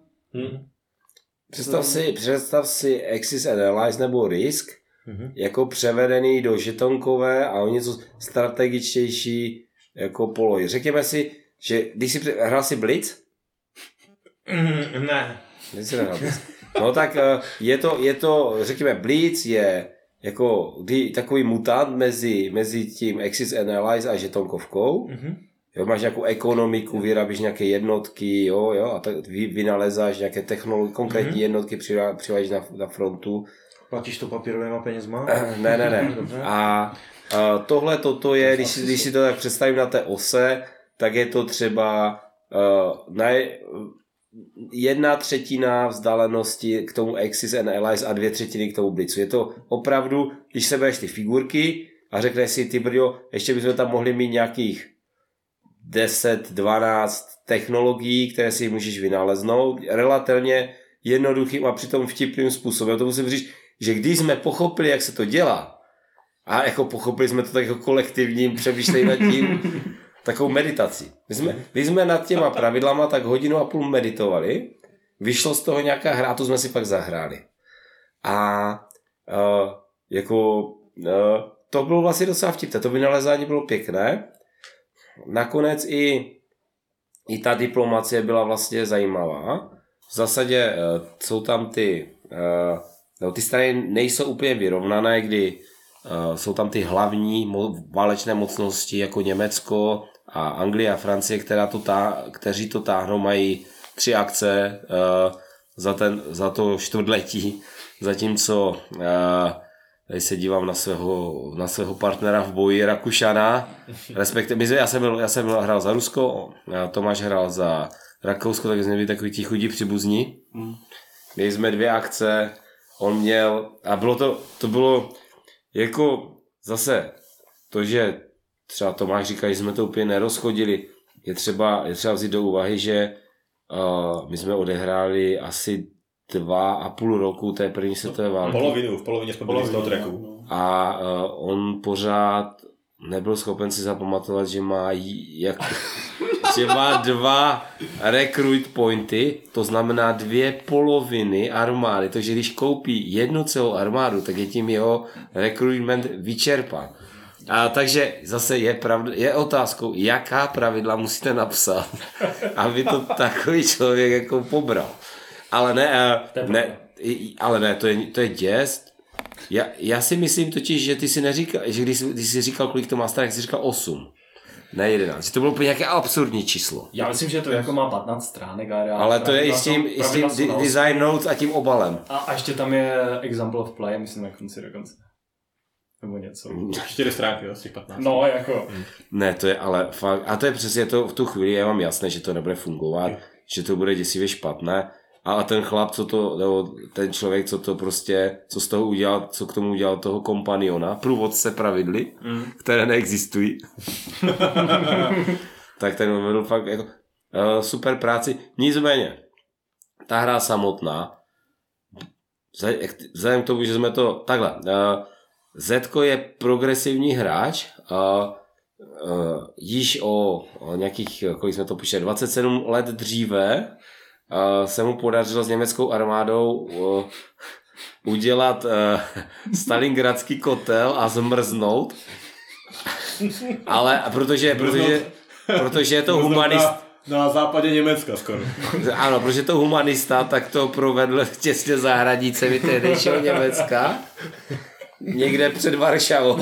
Představ si Axis Analyze nebo Risk, jako převedený do žetonkové a o něco strategičtější jako polohy. Řekněme si, že když si hrál si Blitz? Ne. Když si nehrál Blitz. No tak je to, řekněme, Blitz je jako takový mutant mezi tím Axis Analyze a žetonkovkou. Jo, máš nějakou ekonomiku, vyrábíš nějaké jednotky, jo, a tak vynalezáš nějaké technologie, konkrétní jednotky, přivádíš na frontu. Platíš to papírovýma penězma? Ne. A tohle toto je, když si to tak představím na té ose, tak je to třeba 1/3 vzdálenosti k tomu Axis and Allies a 2/3 k tomu Blitzu. Je to opravdu, když se bereš ty figurky a řekneš si, ty brďo, ještě bychom tam mohli mít nějakých 10-12 technologií, které si můžeš vynaleznout relativně jednoduchým a přitom vtipným způsobem. To musím říct, že když jsme pochopili, jak se to dělá, a jako pochopili jsme to tak jako kolektivním přemýšlení nad tím, takovou meditací. My jsme nad těma pravidlama tak 1,5 hodiny meditovali, vyšlo z toho nějaká hra a to jsme si pak zahráli. A to bylo vlastně docela vtipné, to vynalezání bylo pěkné. Nakonec i ta diplomacie byla vlastně zajímavá. V zásadě jsou tam ty strany nejsou úplně vyrovnané, kdy jsou tam ty hlavní válečné mocnosti jako Německo a Anglie a Francie, kteří to táhnou, mají 3 akce za to čtvrtletí, zatímco tady se dívám na svého partnera v boji Rakušana, respektive já jsem hrál za Rusko, Tomáš hrál za Rakousko, tak jsme byli takový ti chudí příbuzní. Měli jsme 2 akce, on měl, a to bylo jako zase to, že třeba Tomáš říká, že jsme to úplně nerozchodili, je třeba vzít do úvahy, že my jsme odehráli asi 2,5 roku té první světové války. V polovině jsme byli z toho tracku. A on pořád nebyl schopen si zapamatovat, že má že má 2 recruit pointy, to znamená 2 poloviny armády, takže když koupí jednu celou armádu, tak je tím jeho recruitment vyčerpán. A takže zase je otázkou, jaká pravidla musíte napsat, aby to takový člověk jako pobral. Ale ne, to je děs. Já si myslím totiž, že ty si neříkal, že když jsi říkal, kolik to má stránek, jsi říkal 8. Ne 11. To bylo úplně nějaké absurdní číslo. Já myslím, že to jako má 15 stránek. Ale to je i s tím design notes a tím obalem. A ještě tam je example of play, myslím na konci dokonce. Nebo něco. 4 stránky, z těch 15. No, jako. Ne, to je ale fakt. A to je přesně to, v tu chvíli je vám jasné, že to nebude fungovat, že to bude děsivě špatné. A ten chlap, nebo ten člověk, co z toho udělal, co k tomu udělal toho kompaniona, průvodce pravidly, které neexistují. Tak ten byl fakt jako super práci. Nicméně, ta hra samotná, vzhledem k tomu, že jsme to takhle, Zetko je progresivní hráč, již o nějakých, kolik jsme to píšeli, 27 let dříve se mu podařilo s německou armádou udělat stalingradský kotel a zmrznout. Ale protože je to humanista. Na západě Německa skoro. Ano, protože to humanista, tak to provedl těsně za hranicemi tehdejšího Německa. Někde před Varšavou.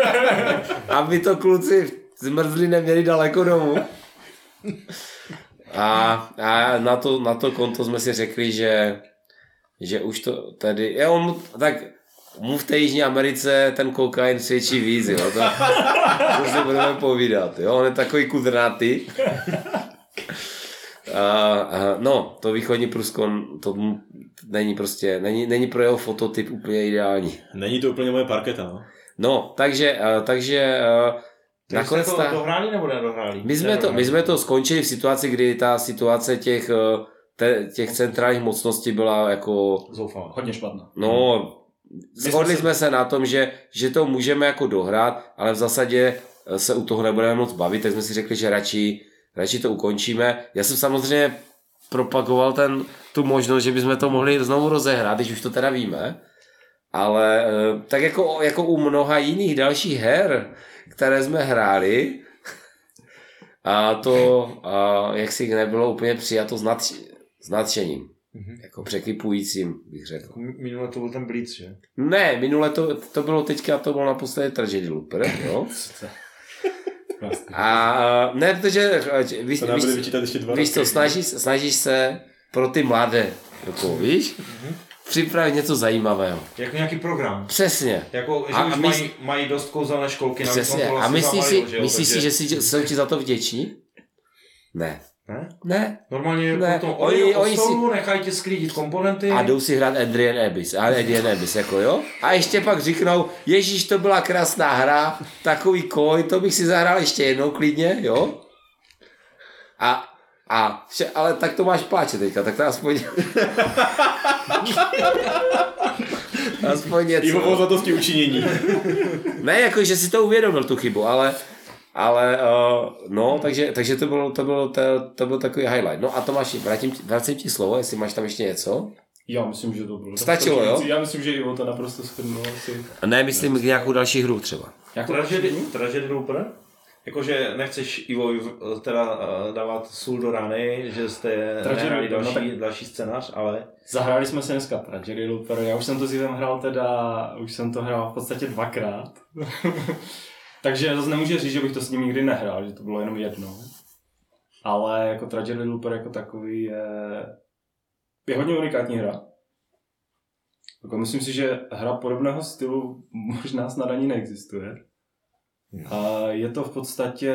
Aby to kluci zmrzli neměli daleko domů. A na to konto jsme si řekli, že už to tady, tak mu v té Jižní Americe ten kokain svědčí víc, jo, to si budeme povídat, jo, on je takový kudrnatý. No, to východní Prusko, to není prostě, není pro jeho fototyp úplně ideální. Není to úplně moje parketa, no. No, takže nakonec jste to dohráli nebo nedohráli? My jsme to skončili v situaci, kdy ta situace těch centrálních mocností byla jako... Zoufalá. Hodně špatná. No, shodli jsme se na tom, že to můžeme jako dohrát, ale v zásadě se u toho nebudeme moc bavit, tak jsme si řekli, že radši to ukončíme. Já jsem samozřejmě propagoval tu možnost, že bychom to mohli znovu rozehrát, když už to teda víme. Ale tak jako u mnoha jiných dalších her, které jsme hráli, a to jaksi nebylo úplně přijato s nadšením. Jako překlipujícím, bych řekl. Minule to byl ten Blitz, že? Ne, minule to bylo teďka, to bylo naposledy Tragedy Looper, jo? A ne, protože víš co, snažíš se pro ty mladé, jako víš, připravit něco zajímavého. Jako nějaký program. Přesně. Jako, že už mají dost kouzelné školky. Přesně. A myslíš si, že jsou ti za to vděční? Ne. Normálně ne. Potom oni si nechají tě sklidit komponenty. A jdou si hrát Adrian Abyss, jako jo. A ještě pak říknou, ježíš, to byla krásná hra, takový koj, to bych si zahrál ještě jednou klidně, jo. Ale tak to máš pláče teďka, tak to aspoň... aspoň něco. Ivo po zatosti učinění. Ne, jako, že si to uvědomil, tu chybu, ale no, takže to byl takový highlight. No a Tomáši, vracím ti slovo, jestli máš tam ještě něco. Já myslím, že to bylo. Stačilo, jo? Já myslím, že Ivo to naprosto shrnul asi. Ne, myslím nějakou další hru třeba. Tragedy Looper? Jakože nechceš Ivo teda dávat sůl do rány, že jste nehráli další scénář, ale... Zahráli jsme se dneska Tragedy Looper, já už jsem to s Ivem hrál už jsem to hrál v podstatě 2krát. Takže zase nemůžu říct, že bych to s ním nikdy nehrál, že to bylo jenom jednou. Ale jako Tragedy Looper jako takový je hodně unikátní hra. Jako myslím si, že hra podobného stylu možná snad ani neexistuje. A je to v podstatě...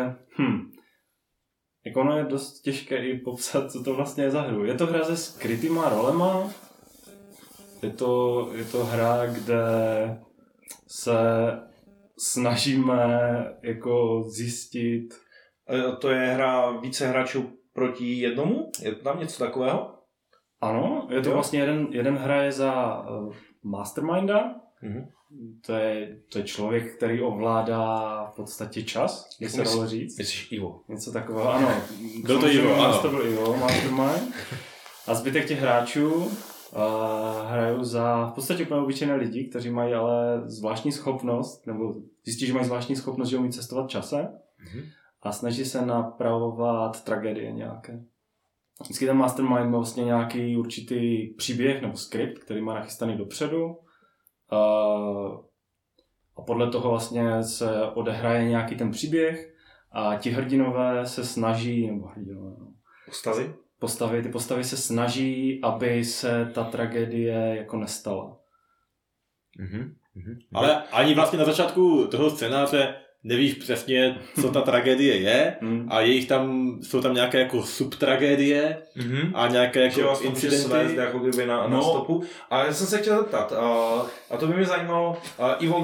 Jako ono je dost těžké i popsat, co to vlastně je za hru. Je to hra se skrytýma rolema. Je to hra, kde se snažíme jako zjistit... To je hra více hráčů proti jednomu? Je tam něco takového? Ano, je to vlastně jeden hraje za Masterminda. To je člověk, který ovládá v podstatě čas, by se dalo říct. Myslíš Ivo? Něco takového, ano. Byl to Ivo, ano. To byl Ivo, Mastermind. A zbytek těch hráčů hrajou za v podstatě úplně obyčejné lidi, kteří mají ale zvláštní schopnost, nebo zjistí, že mají zvláštní schopnost, že umí cestovat v čase a snaží se napravovat tragédie nějaké. Vždycky ten Mastermind má vlastně nějaký určitý příběh nebo skript, který má nachystaný dopředu. A podle toho vlastně se odehraje nějaký ten příběh a ti hrdinové se snaží, nebo hrdinové, ty postavy se snaží, aby se ta tragédie jako nestala. Ale ani vlastně na začátku toho scénáře nevíš přesně, co ta tragédie je a jsou tam nějaké jako subtragédie a nějaké jako vlastně incidenty. Jako kdyby na stopu. A já jsem se chtěl zeptat, a to by mě zajímalo, Ivo,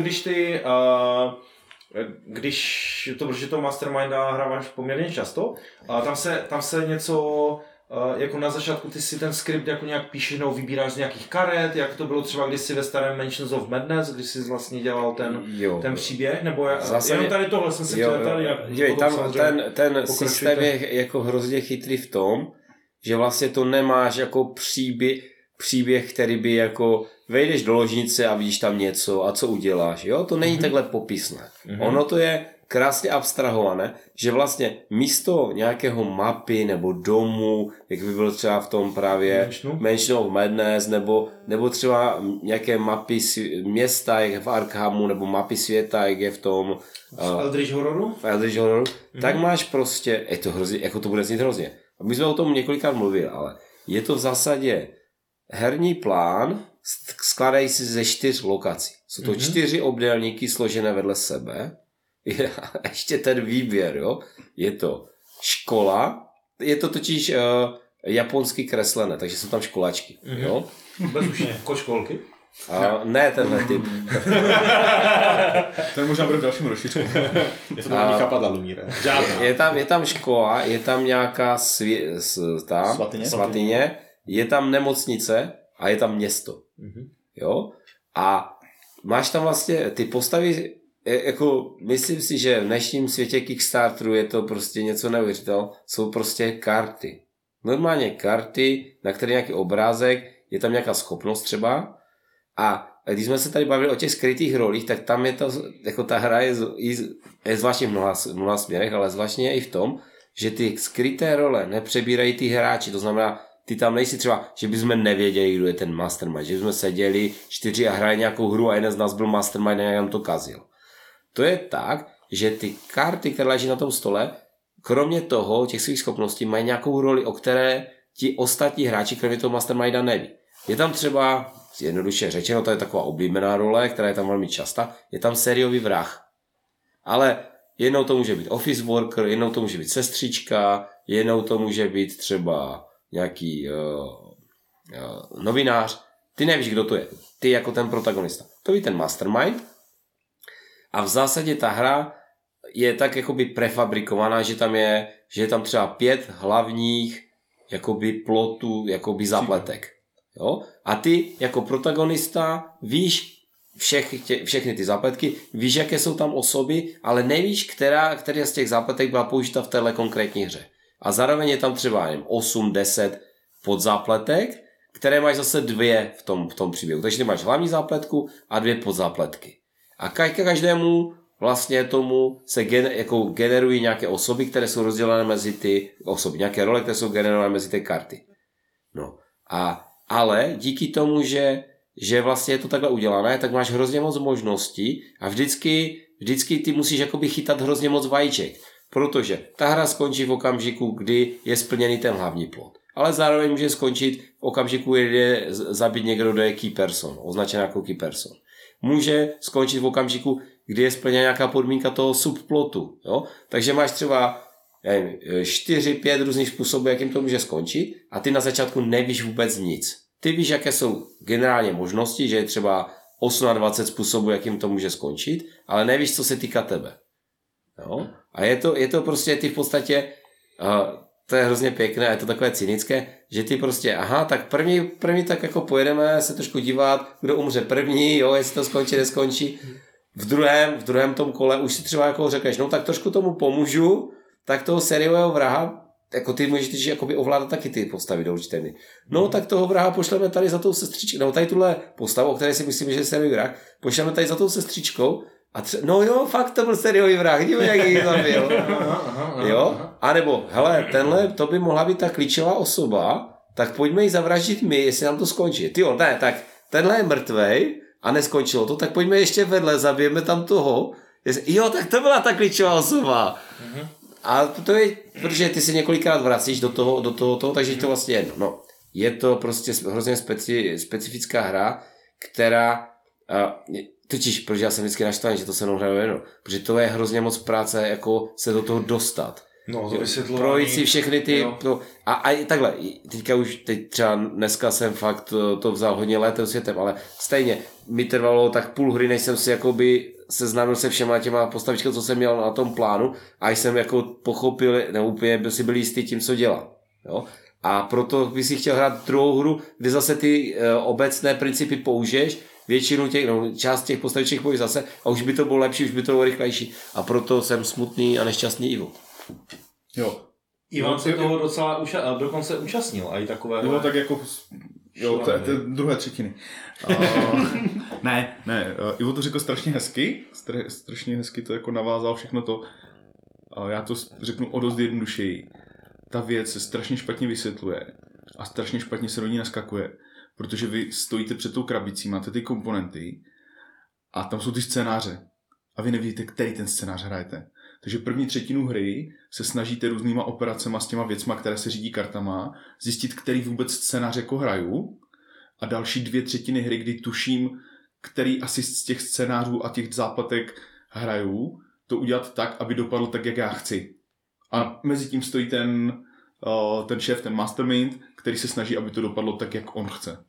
protože to Masterminda hráváš poměrně často, tam se něco... jako na začátku ty si ten skript jako nějak píšeš nebo vybíráš z nějakých karet, jak to bylo třeba kdysi ve starém Mansions of Madness, když jsi vlastně dělal ten příběh, nebo jenom tady tohle jsem se chtěl tady... Ten systém je jako hrozně chytrý v tom, že vlastně to nemáš jako příběh, který by jako vejdeš do ložnice a vidíš tam něco a co uděláš, jo? To není takhle popisné. Ono to je krásně abstrahované, že vlastně místo nějakého mapy nebo domu, jak by bylo třeba v tom právě Mansion of Madness, nebo třeba nějaké mapy města, jak je v Arkhamu, nebo mapy světa, jak je v tom Eldritch Horroru, tak máš prostě, je to hrozně, jako to bude znít hrozně, my jsme o tom několikrát mluvili, ale je to v zásadě herní plán, skládají se ze 4 lokací. Jsou to 4 obdélníky složené vedle sebe. A ještě ten výběr, jo. Je to škola, je to totiž japonsky kreslené, takže jsou tam školačky, jo. Bezúčně, jako školky? Ne tenhle typ. Ten možná bude v dalším rozšíření. Je tam škola, je tam nějaká svatyně, je tam nemocnice a je tam město. Jo? A máš tam vlastně ty postavy, jako myslím si, že v dnešním světě Kickstarteru je to prostě něco neuvěřitelného, jsou prostě karty. Normálně karty, na které nějaký obrázek, je tam nějaká schopnost třeba. A když jsme se tady bavili o těch skrytých rolích, tak tam je to, jako ta hra je zvláštně v mnoha směrech, ale zvláštně i v tom, že ty skryté role nepřebírají ty hráči, to znamená, ty tam nejsi třeba, že bychom nevěděli, kdo je ten mastermind, že bychom seděli 4 a hráli nějakou hru a jeden z nás byl mastermind a nějak to kazil. To je tak, že ty karty, které leží na tom stole, kromě toho, těch svých schopností, mají nějakou roli, o které ti ostatní hráči, kromě toho masterminda, neví. Je tam třeba, jednoduše řečeno, to je taková oblíbená role, která je tam velmi častá, je tam sériový vrah. Ale jednou to může být office worker, jednou to může být sestřička, jednou to může být třeba nějaký novinář. Ty nevíš, kdo to je. Ty jako ten protagonista. To je ten mastermind. A v zásadě ta hra je tak jakoby prefabrikovaná, že je tam třeba 5 hlavních jakoby plotů, jakoby zapletek. Jo? A ty jako protagonista víš všechny ty zápletky, víš, jaké jsou tam osoby, ale nevíš, která z těch zápletek byla použita v téhle konkrétní hře. A zároveň je tam třeba 8-10 podzápletek, které máš zase 2 v tom příběhu. Takže ty máš hlavní zápletku a 2 podzápletky. A každému vlastně tomu se generují nějaké osoby, které jsou rozdělené mezi ty osoby, nějaké role, které jsou generované mezi ty karty. No. Ale díky tomu, že vlastně je to takhle udělané, tak máš hrozně moc možností a vždycky ty musíš jakoby chytat hrozně moc vajíček, protože ta hra skončí v okamžiku, kdy je splněný ten hlavní plot. Ale zároveň může skončit v okamžiku, kdy je zabít někdo, kdo je key person, označený jako key person. Může skončit v okamžiku, kdy je splněna nějaká podmínka toho subplotu. Jo? Takže máš třeba 4-5 různých způsobů, jakým to může skončit a ty na začátku nevíš vůbec nic. Ty víš, jaké jsou generálně možnosti, že je třeba 28 způsobů, jakým to může skončit, ale nevíš, co se týká tebe. Jo? A je to prostě ty v podstatě, to je hrozně pěkné a je to takové cynické, že ty prostě, tak první tak jako pojedeme se trošku dívat, kdo umře první, jo, jestli to skončí, neskončí. V druhém tom kole už si třeba jako řekneš, no tak trošku tomu pomůžu, tak toho sériového vraha, jako ty můžeš jakoby ovládat taky ty postavy do určité míry. No tak toho vraha pošleme tady za tou sestřičkou, no tady tuhle postavu, o které si myslím, že je sériový vrah, pošleme tady za tou sestřičkou a no jo, fakt to byl sériový vrah, dívej, jak jich zabil. Jo? A nebo, hele, to by mohla být ta klíčová osoba, tak pojďme ji zavraždit my, jestli nám to skončí. Tyjo, ne, tak tenhle je mrtvej a neskončilo to, tak pojďme ještě vedle, zabijeme tam toho. Jo, tak to byla ta klíčová osoba. A to je, protože ty si několikrát vracíš do toho, takže to vlastně jedno. No, je to prostě hrozně specifická hra, která totiž, protože já jsem vždycky naštvaný, že to se mnou hraju jenom, protože to je hrozně moc práce, jako se do toho dostat. No, to vysvětlování. Projít si všechny ty... A takhle, teď třeba dneska jsem fakt to vzal hodně létem světem, ale stejně mi trvalo tak půl hry, než jsem si jakoby seznámil se všema těma postavičkami, co jsem měl na tom plánu a jsem jako pochopil, nebo úplně si byl jistý tím, co dělám. Jo? A proto bych si chtěl hrát druhou hru, kde zase ty obecné principy použiješ, většinu část těch postaviček použiješ zase a už by to bylo lepší, už by to bylo rychlejší. A proto jsem smutný a nešťastný Ivo. Jo. Ivan se toho docela dokonce účastnil, a i takové... No tak jako... Jo, to je druhé třetiny. Ne, Ivo to řekl strašně hezky, strašně hezky to jako navázal všechno to. Já to řeknu o dost jednodušeji. Ta věc se strašně špatně vysvětluje a strašně špatně se do ní naskakuje, protože vy stojíte před tou krabicí, máte ty komponenty a tam jsou ty scénáře a vy nevíte, který ten scénář hrajete. Takže první třetinu hry se snažíte různýma operacema s těma věcma, které se řídí kartama, zjistit, který vůbec scénář jako hraju. A další 2/3 hry, kdy tuším, který asi z těch scénářů a těch zápletek hraju, to udělat tak, aby dopadl tak, jak já chci. A mezi tím stojí ten šéf, ten mastermind, který se snaží, aby to dopadlo tak, jak on chce.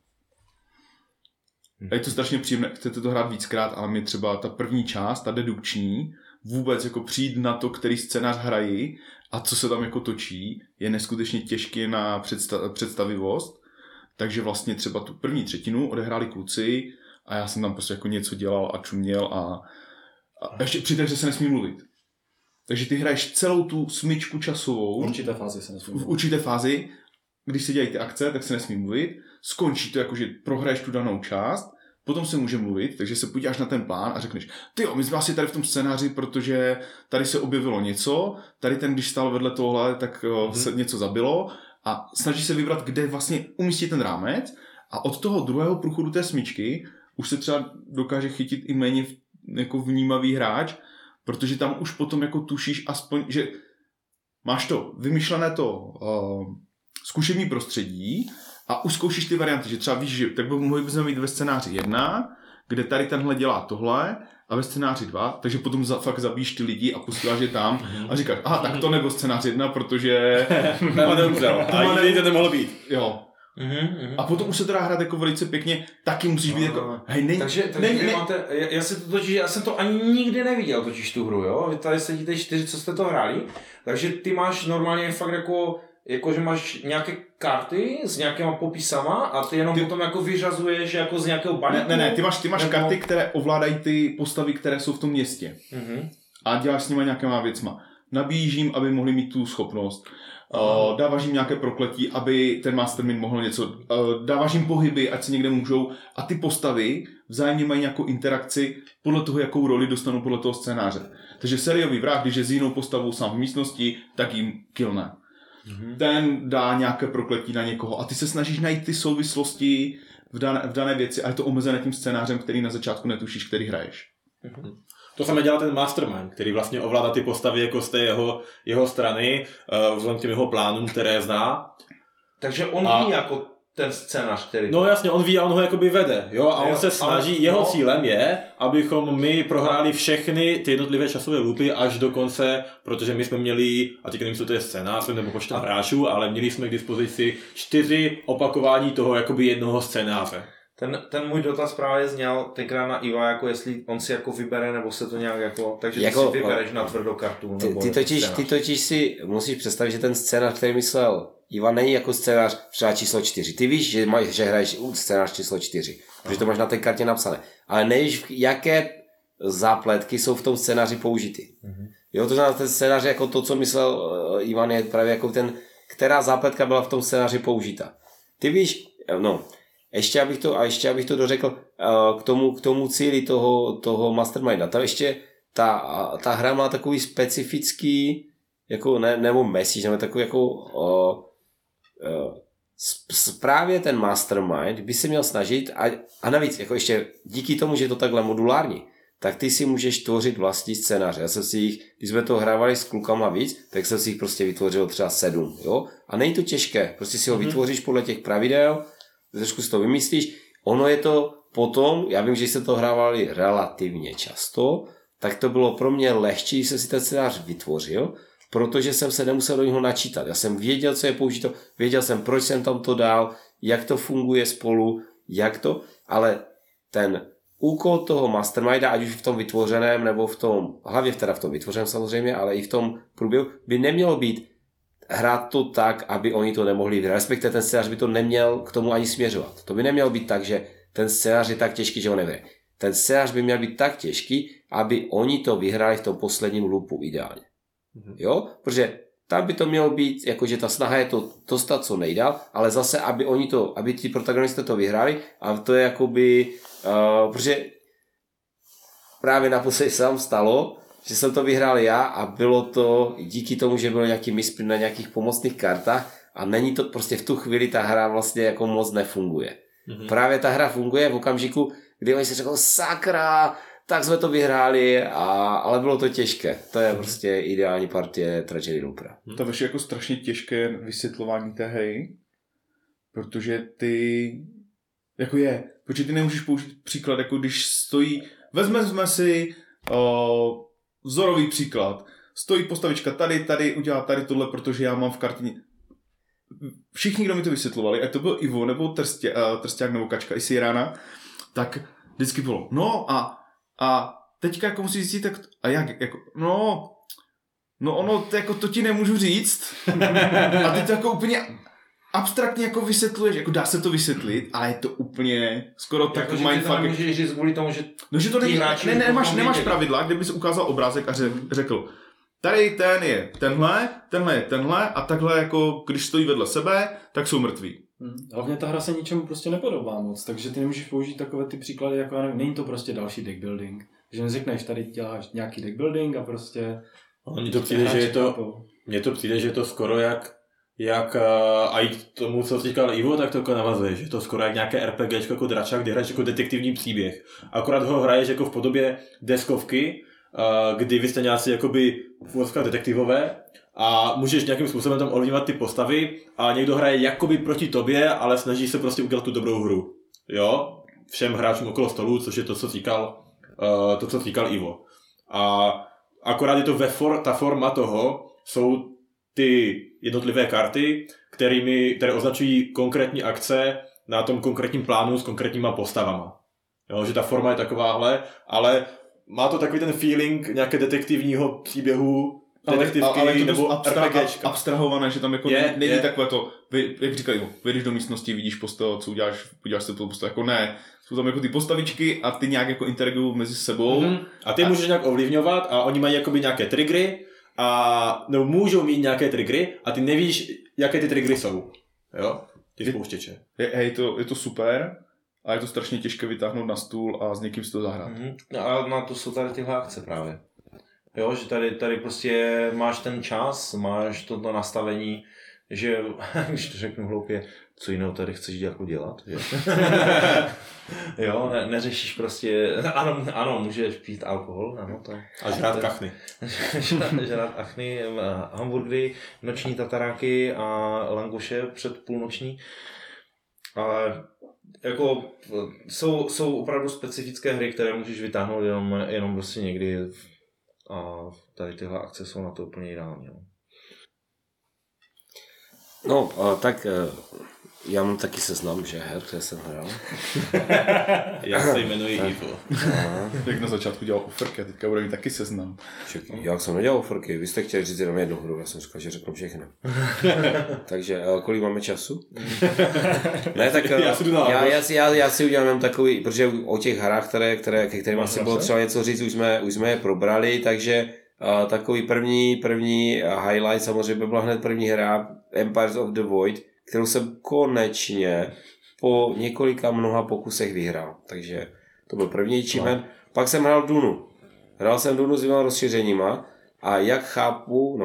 A je to strašně příjemné, chcete to hrát víckrát, ale mi třeba ta první část, ta dedukční, vůbec jako přijít na to, který scénář hrají a co se tam jako točí, je neskutečně těžké na představivost. Takže vlastně třeba tu první třetinu odehráli kluci a já jsem tam prostě jako něco dělal a čuměl a ještě při té hře se nesmí mluvit. Takže ty hraješ celou tu smyčku časovou. V určité fázi se nesmí mluvit. V určité fázi, když se dělají ty akce, tak se nesmí mluvit. Skončí to jako, že prohraješ tu danou část, potom se může mluvit, takže se podíváš na ten plán a řekneš, tyjo, my jsme asi tady v tom scénáři, protože tady se objevilo něco, tady ten, když stál vedle tohle, tak se něco zabilo a snaží se vybrat, kde vlastně umístit ten rámec a od toho druhého průchodu té smyčky už se třeba dokáže chytit i méně jako vnímavý hráč, protože tam už potom jako tušíš aspoň, že máš to vymyšlené to zkušební prostředí a už zkoušíš ty varianty, že třeba víš, že tak mohli bychom mít ve scénáři 1, kde tady tenhle dělá tohle a ve scénáři 2, takže potom fakt zabíš ty lidi a posíláš je tam a říkáš, aha, tak to nebyl scénář 1, protože Téma neumřel. A jiný to nemohlo být. Jo. A potom už se teda hrát jako velice pěkně, taky musíš být jako, hej, Takže máte, já jsem to ani nikdy neviděl, totiž tu hru, jo? Vy tady sedíte 4, co jste to hráli, takže ty máš normálně fakt jako že máš nějaké karty s nějakýma popisama a ty jenom potom jako vyřazuješ jako z nějakého balíku. Ne, ty máš karty, které ovládají ty postavy, které jsou v tom městě. A děláš s nimi nějakýma věcma. Nabíjíš jim, aby mohli mít tu schopnost. Dáváš jim nějaké prokletí, aby ten mastermind mohl něco. Dáváš jim pohyby, ať se někde můžou. A ty postavy vzájemně mají nějakou interakci podle toho, jakou roli dostanou podle toho scénáře. Takže sériový vrah, když je s jinou postavou sám v místnosti, tak jim killne. Ten dá nějaké prokletí na někoho a ty se snažíš najít ty souvislosti v dané věci a je to omezené tím scénářem, který na začátku netušíš, který hraješ. To samé dělá ten mastermind, který vlastně ovládá ty postavy jako z té jeho strany, vzhledem k těm jeho plánům, které zná. Takže on ví jako ten scénář, který... No jasně, on ví a on ho jakoby vede, jo, a on se snaží, jeho cílem je, abychom my prohráli všechny ty jednotlivé časové loopy až do konce, protože my jsme měli, a teď nevím, co to je scénář nebo počtem hráčů, ale měli jsme k dispozici 4 opakování toho jakoby jednoho scénáře. Ten můj dotaz právě zněl tenkrát na Iva, jako jestli on si jako vybere, nebo se to nějak jako, takže jako, ty si vybereš na tvrdou kartu. Ty totiž si musíš představit, že ten scénář, který myslel Iva, není jako scénář třeba číslo 4. Ty víš, že hraješ scénář číslo 4, protože to máš na té kartě napsané. Ale nevíš, jaké zápletky jsou v tom scénáři použity. Jo, to znamená, ten scénář jako to, co myslel Ivan, je právě jako která zápletka byla v tom scénáři použita. Ty víš, ještě abych to dořekl k tomu cíli toho masterminda. Tam ještě ta hra má takový specifický jako nebo message, nebo takový jako právě ten mastermind by se měl snažit a navíc jako ještě díky tomu, že je to takhle modulární, tak ty si můžeš tvořit vlastní scénáře. Já jsem si jich, když jsme to hrávali s klukama víc, tak jsem si jich prostě vytvořil třeba 7, jo? A není to těžké, prostě si ho vytvoříš podle těch pravidel, trošku si to vymyslíš. Ono je to potom, já vím, že jste to hrávali relativně často, tak to bylo pro mě lehčí, když jsem si ten scénář vytvořil, protože jsem se nemusel do něho načítat. Já jsem věděl, co je použito, věděl jsem, proč jsem tam to dal, jak to funguje spolu, ale ten úkol toho masterminda, ať už v tom vytvořeném, nebo v tom, hlavně teda v tom vytvořeném samozřejmě, ale i v tom průběhu, by nemělo být hrát to tak, aby oni to nemohli vyhrát. Respektive ten scénář by to neměl k tomu ani směřovat. To by nemělo být tak, že ten scénář je tak těžký, že ho nevyhraje. Ten scénář by měl být tak těžký, aby oni to vyhráli v tom posledním loopu ideálně. Jo? Protože tam by to mělo být, jakože ta snaha je to dostat co nejdál, ale zase, aby ti protagonisté to vyhráli, a to je jakoby, protože právě naposledy se tam stalo, že jsem to vyhrál já a bylo to díky tomu, že byl nějaký misprint na nějakých pomocných kartách a není to prostě v tu chvíli ta hra vlastně jako moc nefunguje. Právě ta hra funguje v okamžiku, kdy oni si řekl, sakra, tak jsme to vyhráli, ale bylo to těžké. To je prostě ideální partie Tragedy Loopera. To je jako strašně těžké vysvětlování té hry, protože protože ty nemůžeš použít příklad, jako když stojí, vezmeme si vzorový příklad, stojí postavička tady, udělá tady tohle, protože já mám v kartě. Všichni, kdo mi to vysvětlovali, ať to byl Ivo, nebo Trsťák, nebo Kačka, i Sirana, tak vždycky bylo, no a teďka jako musíš zjistit, tak a jak, jako, no ono, jako to ti nemůžu říct. A ty to jako úplně abstraktně jako vysvětluješ, jako dá se to vysvětlit, ale je to úplně skoro tak jako mindfuck. Nemůžeš říct kvůli tomu, že no, že to nemáš pravidla, kdybys ukázal obrázek a řekl, tady ten je tenhle a takhle jako, když stojí vedle sebe, tak jsou mrtví. Hlavně ta hra se ničemu prostě nepodobá moc, takže ty nemůžeš použít takové ty příklady, jako není to prostě další deck building. Že neřekneš, tady děláš nějaký deck building a prostě... Mně to přijde, že je to skoro jak a i k tomu, co říkal Ivo, tak to jako navazuje, že to skoro jak nějaké RPGčko jako Dračák, kde hraješ jako detektivní příběh. Akorát ho hraješ jako v podobě deskovky, kdy vy jste nějací jakoby detektivové a můžeš nějakým způsobem tam ovlivňovat ty postavy a někdo hraje jakoby proti tobě, ale snaží se prostě udělat tu dobrou hru. Jo? Všem hráčům okolo stolu, což je to, co říkal Ivo. A akorát je to ta forma toho, jsou ty jednotlivé karty, které označují konkrétní akce na tom konkrétním plánu s konkrétníma postavama. Jo, že ta forma je takováhle, ale má to takový ten feeling nějaké detektivního příběhu, detektivky ale to nebo RPGčka. Abstrahované, že tam jako není takové to, jak říkali, vyjdeš do místnosti, vidíš postavu, co uděláš, podíváš se tu postavu, jako ne. Jsou tam jako ty postavičky a ty nějak jako interagují mezi sebou. A ty můžeš nějak ovlivňovat a oni mají jakoby nějaké triggery nebo můžou mít nějaké triggery a ty nevíš, jaké ty triggery jsou. Jo? Ty spouštěče. Je to super, a je to strašně těžké vytáhnout na stůl a s někým si to zahrát. A na to jsou tady tyhle akce právě. Jo, že tady prostě máš ten čas, máš toto nastavení, že, když to řeknu hloupě, co jiného tady chceš jako dělat, že? Jo, neřešíš prostě, ano, můžeš pít alkohol, ano, to. A žrát kachny. žrát kachny, hamburgery, noční tataráky a langoše před půlnoční. Ale jako jsou opravdu specifické hry, které můžeš vytáhnout jenom prostě někdy a tady tyhle akce jsou na to úplně ideální. No, tak já mám taky seznam, že her, které jsem hrál. Já se jmenuji Ivo. Jak na začátku dělal ofrky a teďka bude mít taky seznam. Jak jsem nedělal ofrky? Vy jste chtěli říct jenom jednu hru, já jsem říkal, že řeknu všechno. Takže kolik máme času? Ne, tak já si udělám jenom takový, protože o těch hrách, ke kterým asi bylo třeba něco říct, už jsme je probrali, takže takový první highlight samozřejmě by byla hned první hra Empires of the Void, kterou jsem konečně po několika mnoha pokusech vyhrál. Takže to byl první achievement. Pak jsem hrál Dunu. Hrál jsem Dunu s 2 rozšířeníma a jak chápu,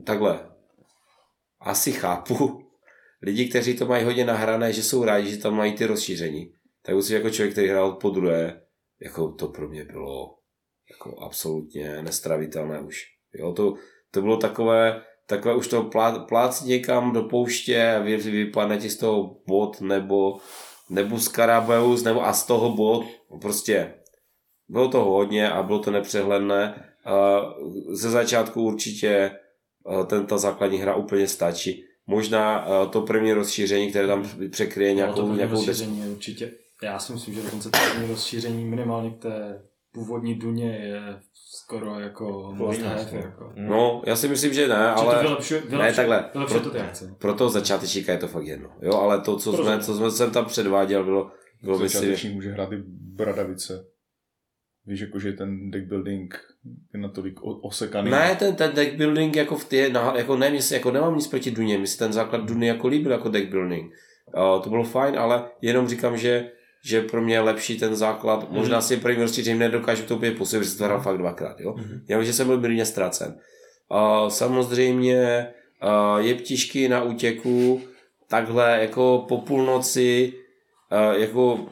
asi chápu lidi, kteří to mají hodně nahrané, že jsou rádi, že tam mají ty rozšíření. Tak musím jako člověk, který hrál po druhé, jako to pro mě bylo jako absolutně nestravitelné už. Jo, to bylo takové už to plác někam do pouště a vypadne ti z toho bod nebo Scarabeus a z toho bod. Prostě bylo to hodně a bylo to nepřehledné. Ze začátku určitě ta základní hra úplně stačí. Možná to první rozšíření, které tam překryje nějakou rozšíření určitě. Já si myslím, že dokonce to první rozšíření minimálně k té původní Duně je skoro jako must-have. Jako. No, já si myslím, že ne, ale... To vylepšuje to ty akce. Pro toho začátečníka je to fakt jedno. Jo, ale to, co jsem tam předváděl, bylo začátečník může hrát i bradavice. Víš, jakože ten deck building je natolik osekaný. Ne, ten deck building nemám nic proti Duně. Mně se ten základ Duny jako líbil jako deck building. To bylo fajn, ale jenom říkám, že pro mě je lepší ten základ. Možná si první rozšíření nedokážu to úplně působit, že se to hrál fakt 2krát. Jo? Já že jsem byl mírně ztracen. Samozřejmě jeptišky na útěku, takhle jako po půlnoci, jako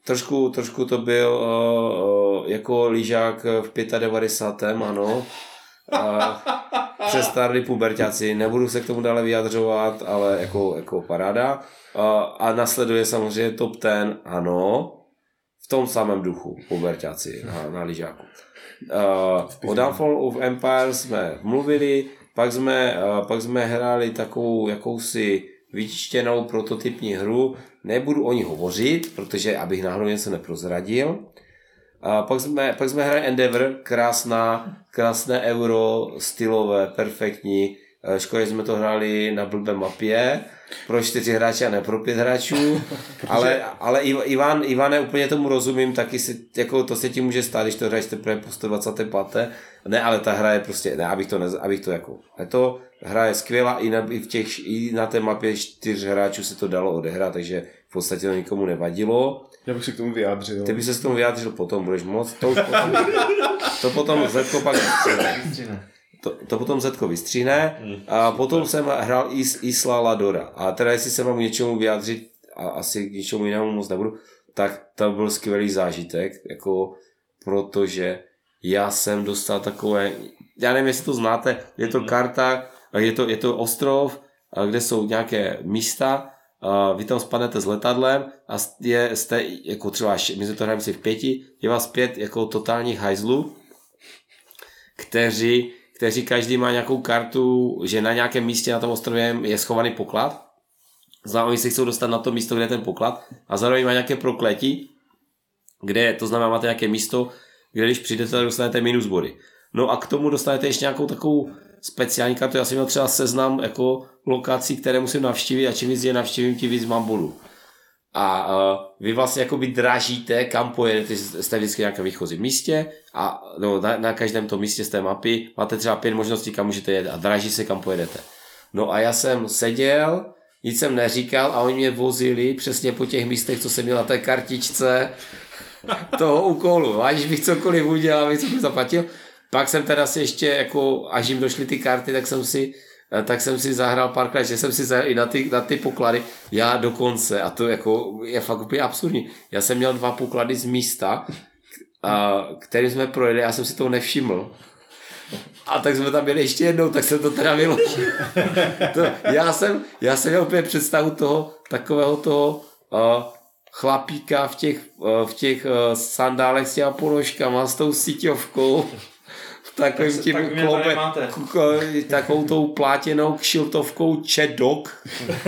trošku to byl jako lyžák v 95. ano. Přestárli puberťáci, nebudu se k tomu dále vyjadřovat, ale jako paráda. A nasleduje samozřejmě top 10, ano, v tom samém duchu, puberťáci na lyžáku. O Downfall of Empire jsme mluvili, pak jsme hráli takovou jakousi vyčištěnou prototypní hru, nebudu o ní hovořit, protože abych náhodou něco neprozradil. Pak jsme hráli Endeavor, krásné euro, stylové, perfektní. Škoda, že jsme to hráli na blbé mapě pro 4 hráče a ne pro 5 hráčů. ale Ivane, úplně tomu rozumím, taky jako to se ti může stát, když to hraješ teprve po 125. Ne, ale ta hra je prostě, ne, abych to jako, to hra je skvělá, i na té mapě 4 hráčů se to dalo odehrát, takže v podstatě to nikomu nevadilo. Já bych se k tomu vyjádřil. Ty by se k tomu vyjádřil potom, budeš moc. To potom Zetko pak vystříhne. To potom Zetko vystříhne. A potom jsem hrál Isla Ladora. A teda jestli se mám k něčemu vyjádřit, a asi k něčemu jinému moc nebudu, tak to byl skvělý zážitek, jako protože já jsem dostal takové, já nevím, jestli to znáte, je to karta, je to ostrov, kde jsou nějaké místa, vy tam spadnete s letadlem a jste jako třeba, my jsme to hrajeme si v 5, je vás 5 jako totálních hajzlů, kteří každý má nějakou kartu, že na nějakém místě na tom ostrově je schovaný poklad. Oni si chcou dostat na to místo, kde je ten poklad a zároveň má nějaké prokletí, kde, to znamená, máte nějaké místo, kde když přijdete, tak dostanete minus body. No a k tomu dostanete ještě nějakou takovou speciální kartu. Já jsem měl třeba seznam jako lokací, které musím navštívit a čím víc je navštívím, tím víc mám bodů. A vy vlastně jakoby dražíte, kam pojedete, jste vždycky v nějakém výchozím místě a no, na každém tom místě z té mapy máte třeba 5 možností, kam můžete jet a draží se, kam pojedete. No a já jsem seděl, nic jsem neříkal a oni mě vozili přesně po těch místech, co jsem měl na té kartičce toho úkolu. Aniž bych cokoliv udělal, abych cokoliv zaplatil. Pak jsem teda si ještě, jako, až jim došly ty karty, tak jsem si zahrál párkrát, že jsem si zahrál i na ty poklady. Já dokonce, a to jako je fakt úplně absurdní, já jsem měl 2 poklady z místa, který jsme projeli, já jsem si toho nevšiml. A tak jsme tam byli ještě jednou, tak jsem to teda vyložil. Já jsem měl úplně představu takového toho chlapíka v těch sandálech s těma ponožkama, s tou síťovkou, takovým tím takovou tou plátěnou kšiltovkou čedok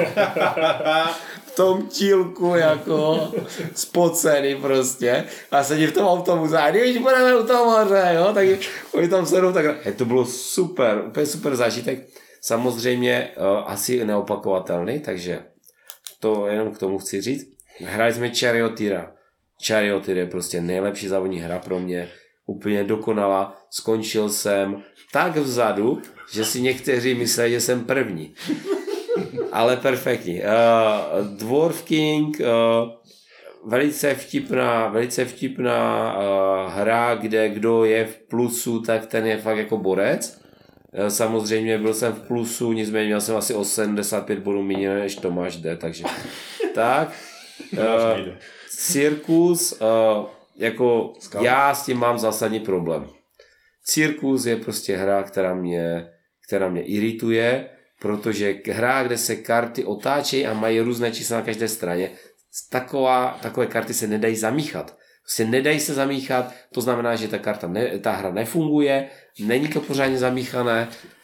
v tom tílku jako spocený prostě a sedí v tom autobuse a když budeme u toho moře, jo, tak oni tam sedou tak. To bylo super, úplně super zážitek. Samozřejmě asi neopakovatelný, takže to jenom k tomu chci říct. Hráli jsme Charioteera. Charioteer je prostě nejlepší závodní hra pro mě. Úplně dokonalá. Skončil jsem tak vzadu, že si někteří mysleli, že jsem první. Ale perfektní. Dwarf King, velice vtipná hra, kde kdo je v plusu, tak ten je fakt jako borec. Samozřejmě byl jsem v plusu, nicméně měl jsem asi 85 bodů méně než Tomáš D, takže tak. Cirkus, jako já s tím mám zásadní problém. Cirkus je prostě hra, která mě irituje, protože hra, kde se karty otáčejí a mají různé čísla na každé straně, takové karty se nedají zamíchat. Prostě nedají se zamíchat, to znamená, že ta hra nefunguje, není to pořádně zamíchané.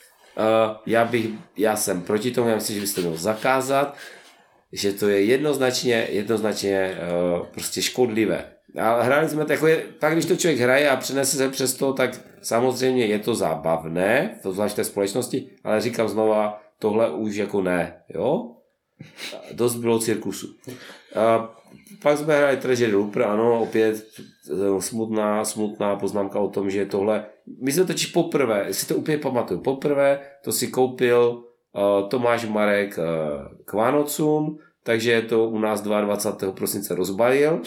Já jsem proti tomu, já myslím, že byste měl zakázat, že to je jednoznačně prostě škodlivé. A hráli jsme tak, když to člověk hraje a přenese se přes to, tak samozřejmě je to zábavné, to zvlášť té společnosti, ale říkám znova, tohle už jako ne, jo? Dost bylo cirkusu. Pak jsme hráli Treasure Looper, ano, opět smutná poznámka o tom, že tohle, my jsme točí poprvé, si to úplně pamatuju, poprvé to si koupil Tomáš Marek k Vánocům, takže to u nás 22. prosince rozbalil.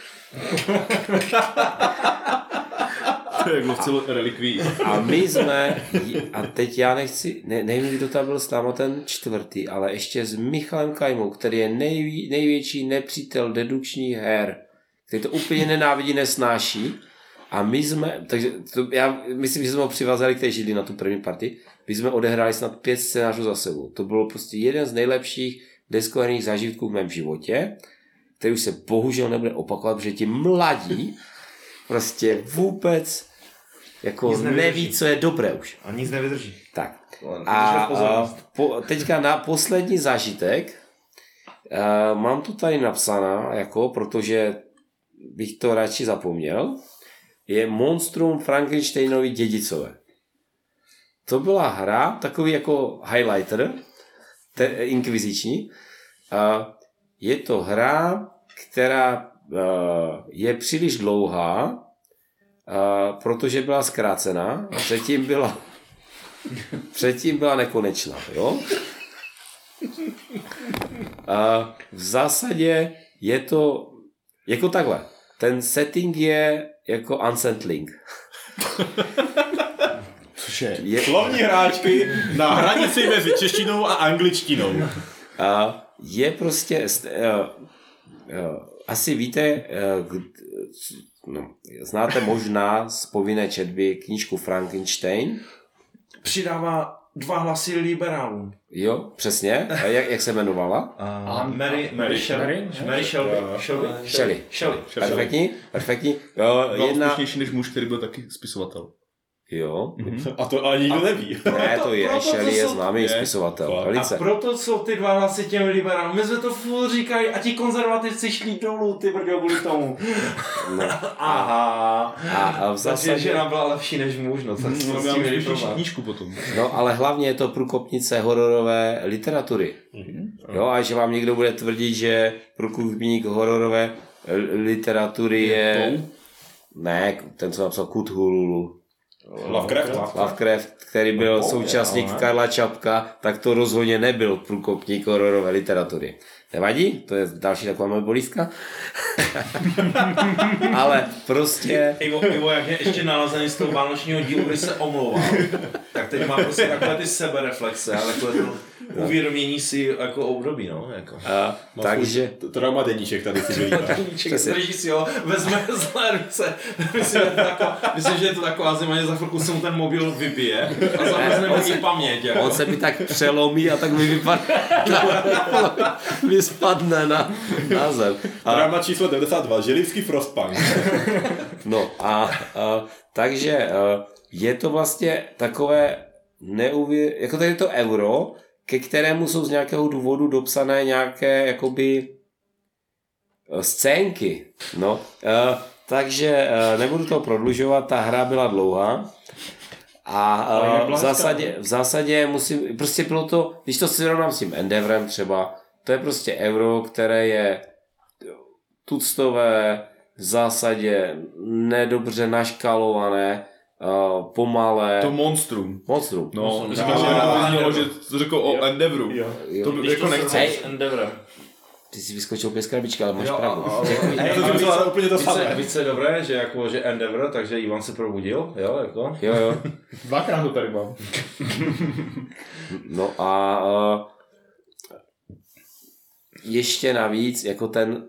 To je jak lovcelo relikví. A my jsme, a teď já nevím, kdo tam byl s náma ten 4., ale ještě s Michalem Kajmou, který je největší nepřítel dedukčních her, který to úplně nenávidí, nesnáší. A my jsme, takže já myslím, že jsme ho přivázali k té židli na tu první partii. My jsme odehráli snad 5 scénářů za sebou. To bylo prostě jeden z nejlepších deskovaných zážitků v mém životě, který už se bohužel nebude opakovat, protože ti mladí prostě vůbec jako neví, co je dobré už. A nic nevydrží. Tak. A teďka na poslední zážitek mám to tady napsaná, jako, protože bych to radši zapomněl, je Monstrum Frankensteinovy dědicové. To byla hra, takový jako highlighter, inkviziční. Je to hra, která je příliš dlouhá, protože byla zkrácená, a předtím byla nekonečná. Jo? V zásadě je to jako takhle. Ten setting je jako Unsettling. Cože? Slovní hráčky na hranici mezi češtinou a angličtinou. Je prostě... asi víte, znáte možná z povinné četby knížku Frankenstein. Přidává 2 hlasy liberálům. Jo, přesně. A jak se jmenovala? Mary Shelley. Perfektní. Byla úspěšnější než muž, který byl taky spisovatel. Jo. A to ani nikdo neví. Ne, to je. Shelley je známý spisovatel. Velice. A proto jsou ty 2 hlasy těm liberálům. My jsme to furt říkali a ti konzervativci šli dolů, ty brďo, kvůli tomu. No. Aha. A v zásadě... žena byla lepší než muž, no. Knížku potom. No, ale hlavně je to průkopnice hororové literatury. Jo, a že vám někdo bude tvrdit, že průkopník hororové literatury je... Ne, ten, co napsal Cthulhu. Lovecraft, který byl současník Karla Čapka, tak to rozhodně nebyl průkopník hororové literatury. Nevadí? To je další taková moje bolístka. Ale prostě... Ivo, jak je ještě nalazený z toho vánočního dílu, kdy se omlouvá, tak teď má prostě takové ty sebereflexe a takové to uvědomění si jako období, no. Jako. Takže... Trauma deníček tady si vylíká. Drží si ho, vezme zlé ruce. Myslím, že je to taková zima, že za chvilku se mu ten mobil vybije a zamrzne mu i paměť. Jako. On se mi tak přelomí a tak mi vypadne. Mi spadne na zem. Trauma číslo 92, želivský frostpunk. No takže je to vlastně takové jako tady je to euro, ke kterému jsou z nějakého důvodu dopsané nějaké jakoby scénky. No, takže nebudu to prodlužovat, ta hra byla dlouhá. A v zásadě musím, prostě bylo to, když to srovnám s tím Endeavorem třeba, to je prostě euro, které je tuctové, v zásadě nedobře naškalované, pomalé. To Monstrum. No, že to řekl o Endeavoru. To jako nechce. Endeavor. Ty jsi vyskočil bez krabičky, ale máš pravdu. To úplně to samé. Více je dobré, že jako, že Endeavor, takže Ivan se probudil, jo, jako. Jo. 2krát to tady mám. No a ještě navíc, jako ten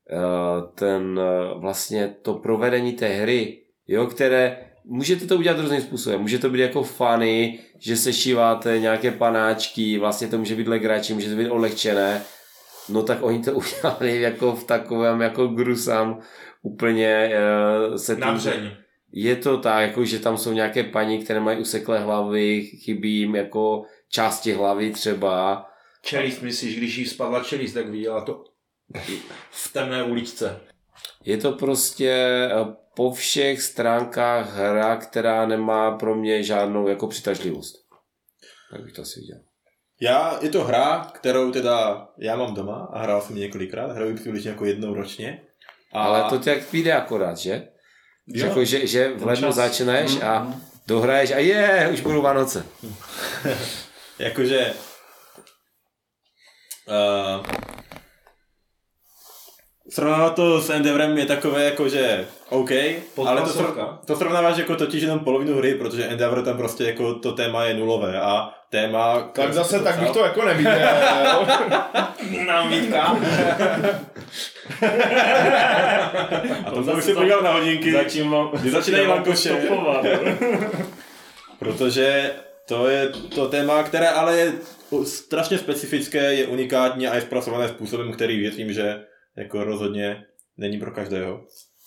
vlastně to provedení té hry, jo, které můžete to udělat různým způsobem. Může to být jako funny, že se šíváte nějaké panáčky, vlastně to může být legrační, může to být odlehčené. No tak oni to udělali jako v takovém jako grusam úplně se tím... Je to tak, jako, že tam jsou nějaké paní, které mají useklé hlavy, chybí jim jako části hlavy třeba. Čelist, myslíš, když jí spadla čelist, tak viděla to v temné uličce. Je to prostě po všech stránkách hra, která nemá pro mě žádnou jako přitažlivost. Tak bych to asi viděl. Je to hra, kterou teda já mám doma a hrál jsem ji několikrát, hraju přibližně jako jednou ročně. Ale to tak vyjde akorát, že? Jako, že v lednu začneš a dohraješ a už budou Vánoce. Jakože srovnávat to s Endeavorem je takové jako, že OK, ale to srovnáváš jako totiž jenom polovinu hry, protože Endeavor tam prostě jako to téma je nulové a téma... Tak zase tak bych to jako neviděl. Námitka. A to už si podíval na hodinky, kdy začínají lankoše. Protože to je to téma, které ale je strašně specifické, je unikátní a je zpracované způsobem, který věřím, že jako rozhodně není pro každého.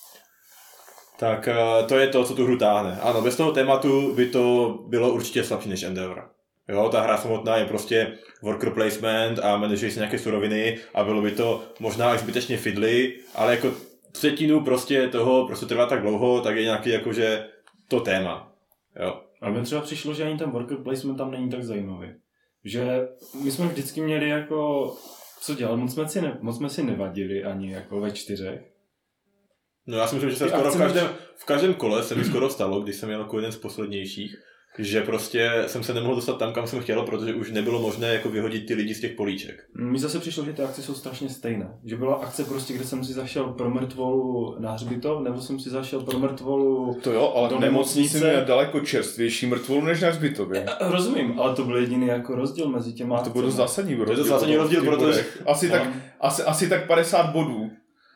Tak to je to, co tu hru táhne. Ano, bez toho tématu by to bylo určitě slabší než Endeavor. Jo, ta hra samotná je prostě worker placement a manažují si nějaké suroviny a bylo by to možná až zbytečně fiddly, ale jako třetinu prostě toho prostě trvá tak dlouho, tak je nějaký jakože to téma. Jo. Ale mi třeba přišlo, že ani ten worker placement tam není tak zajímavý. Že my jsme vždycky měli jako co dělat, moc jsme si nevadili ani jako ve 4. No já si myslím, že se skoro v každém kole se mi skoro stalo, když jsem jel jako jeden z poslednějších, že prostě jsem se nemohl dostat tam, kam jsem chtěl, protože už nebylo možné jako vyhodit ty lidi z těch políček. Mně zase přišlo, že ty akce jsou strašně stejné. Že byla akce prostě, kde jsem si zašel pro mrtvolu na hřbitov, nebo jsem si zašel pro mrtvolu to jo, ale do nemocnice měl daleko čerstvější mrtvolu než na hřbitově. Rozumím, ale to byl jediný jako rozdíl mezi těma akcemi. To byl zásadní rozdíl. To je zásadní rozdíl, protože... Asi tak 50 bodů.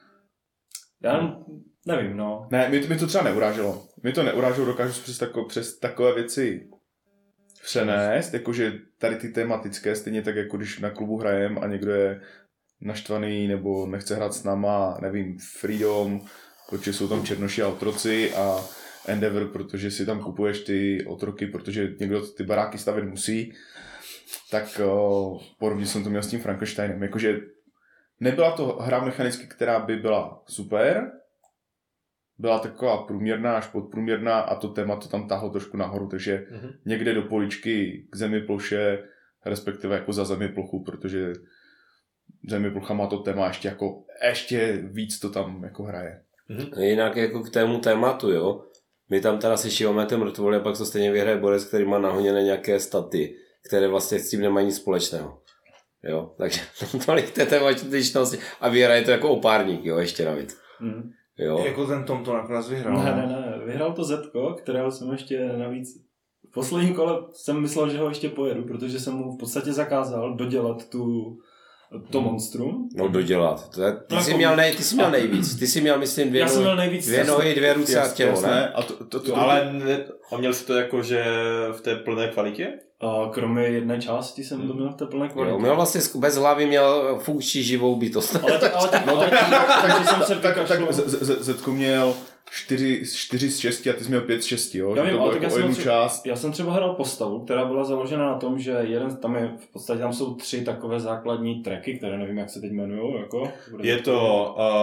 Já nevím, no. Ne, mi to třeba neuráželo. Mě to neuráželo, dokážu přes takové věci přenést, jakože tady ty tematické, stejně tak jako když na klubu hrajem a někdo je naštvaný nebo nechce hrát s náma, nevím, Freedom, protože jsou tam černoši a otroci a Endeavor, protože si tam kupuješ ty otroky, protože někdo ty baráky stavět musí, tak podobně jsem to měl s tím Frankensteinem, jakože nebyla to hra mechanicky, která by byla super, byla taková průměrná až podprůměrná a to téma to tam táhlo trošku nahoru, takže někde do poličky k zemi ploše, respektive jako za zemi plochu, protože zemi plocha má to téma ještě víc to tam jako hraje. Jinak jako k tému tématu, jo. My tam teda si šíváme ty mrtvoly a pak to stejně vyhraje borec, který má nahoněné nějaké staty, které vlastně s tím nemají nic společného. Jo, takže tolik té tematičnosti a vyhraje to jako opárník, jo, ještě navíc. Jo. Jako ten Tom to nakonec vyhrál. Ne, vyhrál to Zetko, kterého jsem ještě navíc v posledním kole jsem myslel, že ho ještě pojedu, protože jsem mu v podstatě zakázal dodělat to monstrum. No dodělat. Ty jsi měl nejvíc. Ty jsi měl, myslím, dvě nohy, dvě ruce a tělo, ne? Ale měl jsi to jako, že v té plné kvalitě? Kromě jedné části jsem to měl v té plné kvalitě. Jo, měl vlastně bez hlavy měl funkční živou bytost. Takže jsem se tak Zetko měl 4 z 6 a ty jsi měl 5 z 6, jo? Já vím, ale tak část. Já jsem třeba hrál postavu, která byla založena na tom, že v podstatě tam jsou 3 takové základní tracky, které nevím, jak se teď jmenujou, jako. Je to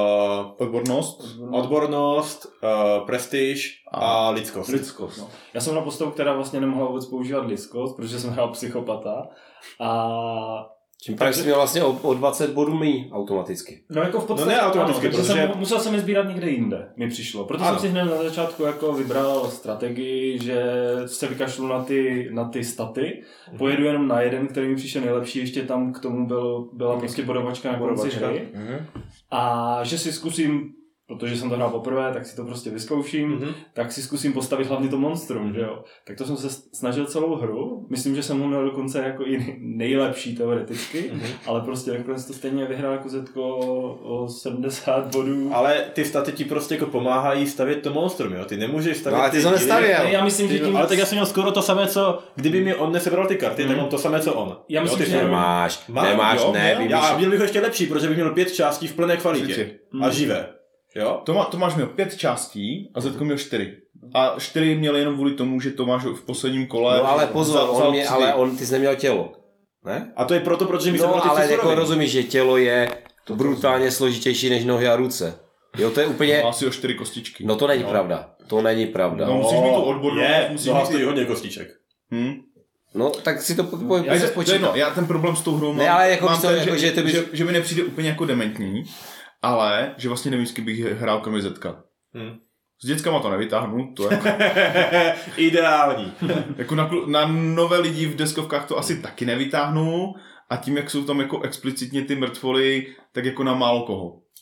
odbornost, prestiž a lidskost. Lidskost, no. Já jsem na postavu, která vlastně nemohla vůbec používat lidskost, protože jsem hrál psychopata a čím pak jsi měl vlastně o 20 bodů méně automaticky. No jako v podstatě, no ne automaticky, ano, protože musel jsem je sbírat někde jinde, mi přišlo. Proto jsem si hned na začátku jako vybral strategii, že se vykašlu na ty staty, pojedu jenom na jeden, který mi přišel nejlepší, ještě tam k tomu byla prostě bodovačka na konci hry. A že si zkusím, protože jsem to hrál poprvé, tak si to prostě vyzkouším, tak si zkusím postavit hlavně to monstrum, že jo. Tak to jsem se snažil celou hru, myslím, že jsem ho měl dokonce jako i nejlepší teoreticky, ale prostě nakonec to stejně vyhrál jako Zetko o 70 bodů. Ale ty staty ti prostě jako pomáhají stavět to monstrum, jo, ty nemůžeš stavět. No ale ty to nestavěl. Já myslím, že tím... Ale tak já jsem měl skoro to samé, co kdyby mi on nesebral ty karty, tak mám to samé, co on. Já myslím, jo, že nemáš, já měl bych ještě lepší, protože bych měl 5 částí v plné kvalitě a živé. Jo? Tomáš měl 5 částí a Zetko měl 4. A 4 měl jenom kvůli tomu, že Tomáš v posledním kole... No ale pozor, ty jsi neměl tělo. Ne? A to je proto, protože mi se no, ale jako rozumíš, že tělo je brutálně složitější než nohy a ruce. Jo, to je úplně... Má asi o 4 kostičky. No to není pravda. To není pravda. No musíš mít tu odbornost. Musíš mít hodně kostiček. No, tak si to spočítám. Já ten problém s tou hrou mám, ale jako že mi nepřijde úplně jako dementní, ale že vlastně nevím, s bych hrál kromě Zetka. S dětskama to nevytáhnu, to je ideální. Jako na nové lidi v deskovkách to asi taky nevytáhnu a tím, jak jsou tam jako explicitně ty mrtvoly, tak jako na málo koho.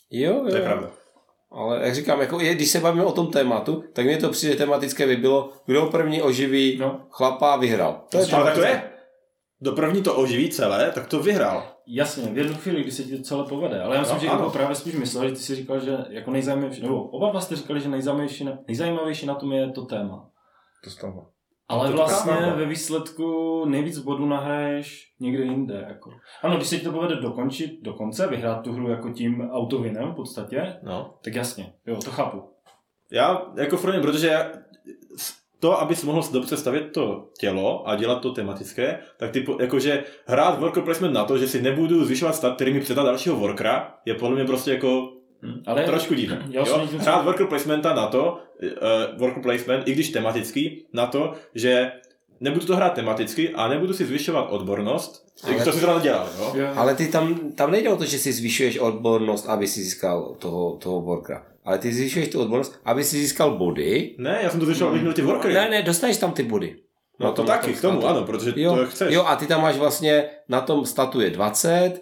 Jo. To je pravda. Ale jak říkám, jako když se bavíme o tom tématu, tak mně to přijde tematické by bylo, kdo první oživí chlapa vyhrál. To je tak to je. Kdo první to oživí celé, tak to vyhrál. Jasně, v jednu chvíli, kdy se ti to celé povede. Ale já myslím, že jako právě spíš myslel, že ty si říkal, že jako nejzajímavější, nebo oba dva jste říkali, že nejzajímavější na tom je to téma. To stává. Ale vlastně ve výsledku nejvíc bodů nahraješ někde jinde. Jako. Ano, když se ti to povede dokončit do konce, vyhrát tu hru jako tím autovinem v podstatě, tak jasně, jo, to chápu. Já jako Fronin, protože to, abys mohl dobře stavět to tělo a dělat to tematické, tak ty jakože hrát worker placement na to, že si nebudu zvyšovat stat, který mi předá dalšího workera, je podle mě prostě jako ale trošku divné. Hrát worker placementa na to, worker placement, i když tematický, na to, že nebudu to hrát tematicky a nebudu si zvyšovat odbornost, to si zrovna dělal, jo? Ale ty tam nejde o to, že si zvyšuješ odbornost, aby si získal toho workera. Ale ty zvyšuješ tu odbornost, aby si získal body. Ne, já jsem to zvyšoval, abych měl ty workery. Ne, dostaneš tam ty body. No to taky, k tomu, ano, protože to chceš. Jo, a ty tam máš vlastně, na tom statu je 20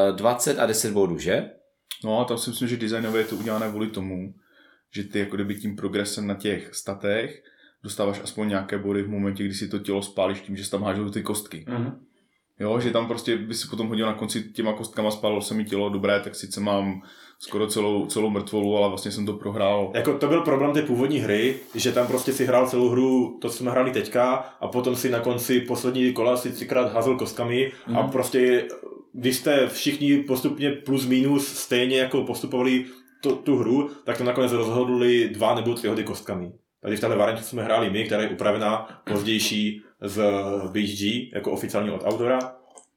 a 10 bodů, že? No a tam si myslím, že designově je to udělané kvůli tomu, že ty jako kdyby tím progresem na těch statech dostáváš aspoň nějaké body v momentě, kdy si to tělo spálíš tím, že si tam hážou ty kostky. Jo, že tam prostě by si potom hodil na konci těma kostkama, spálilo se mi tělo, dobré, tak sice mám skoro celou mrtvolu, ale vlastně jsem to prohrál. Jako to byl problém té původní hry, že tam prostě si hrál celou hru, to, co jsme hráli teďka, a potom si na konci poslední kola si 3krát házel kostkami a prostě když jste všichni postupně plus minus stejně jako postupovali tu hru, tak to nakonec rozhodli 2 nebo 3 hody kostkami. Tady v téhle variantě jsme hráli my, která je upravená pozdější z BG, jako oficiálně od autora,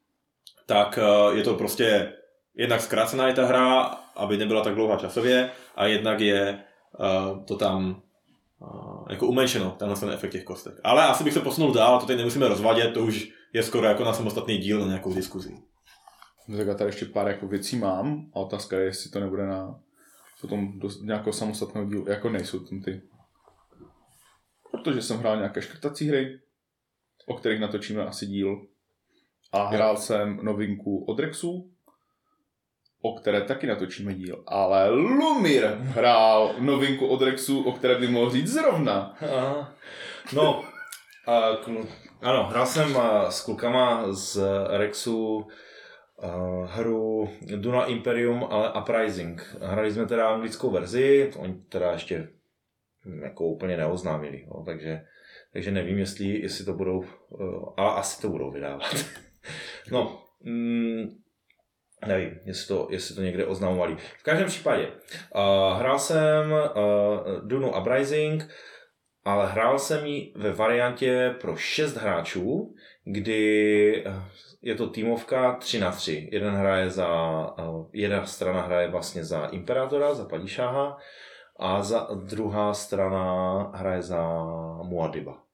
tak je to prostě jednak zkrácená je ta hra, aby nebyla tak dlouhá časově, a jednak je to tam jako umenšeno, ten efekt těch kostek. Ale asi bych se posunul dál, to teď nemusíme rozvádět, to už je skoro jako na samostatný díl, na nějakou diskuzi. No tak já tady ještě pár jako věcí mám a otázka je, jestli to nebude na potom do nějakého samostatného dílu, jako nejsou tam ty. Protože jsem hrál nějaké škrtací hry, o kterých natočíme asi díl. A hrál jsem novinku od Rexu, o které taky natočíme díl. Ale Lumír hrál novinku od Rexu, o které by mohl říct zrovna. No, ano, hrál jsem s klukama z Rexu hru Duna Imperium, ale Uprising. Hrali jsme teda anglickou verzi, oni teda ještě jako úplně neoznámili, no, takže nevím, jestli to budou, ale asi to budou vydávat. No, nevím, jestli to někde oznamovali. V každém případě, hrál jsem Dunu Uprising, ale hrál jsem ji ve variantě pro 6 hráčů, kdy je to týmovka 3-3. Jedna strana hraje vlastně za Imperátora, za Padíšáha, a druhá strana hraje za Muadiba.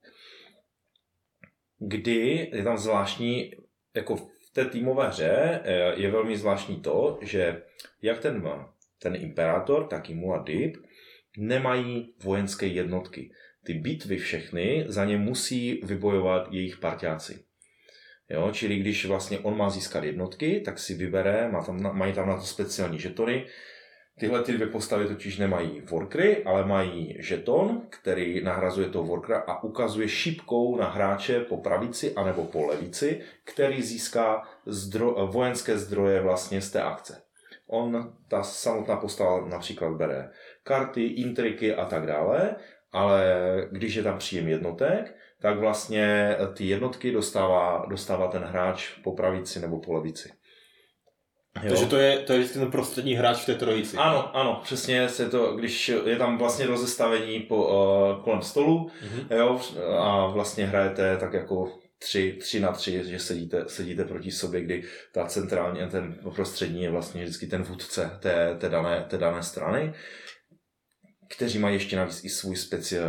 Kdy je tam zvláštní, jako v té týmové hře je velmi zvláštní to, že jak ten Imperátor, tak i Muadib nemají vojenské jednotky. Ty bitvy všechny za ně musí vybojovat jejich parťáci. Jo, čili když vlastně on má získat jednotky, tak si vybere, mají tam na to speciální žetony. Tyhle ty 2 postavy totiž nemají workery, ale mají žeton, který nahrazuje toho workera a ukazuje šipkou na hráče po pravici anebo po levici, který získá vojenské zdroje vlastně z té akce. Ta samotná postava například bere karty, intriky a tak dále, ale když je tam příjem jednotek, tak vlastně ty jednotky dostává ten hráč po pravici nebo po levici. Jo. Takže to je ten prostřední hráč v té trojici. Ano, přesně když je tam vlastně rozestavení kolem stolu, jo, a vlastně hrajete tak jako 3-3, že sedíte proti sobě, kdy ta centrální, ten prostřední je vlastně vždycky ten vůdce té dané strany, kteří mají ještě navíc i svůj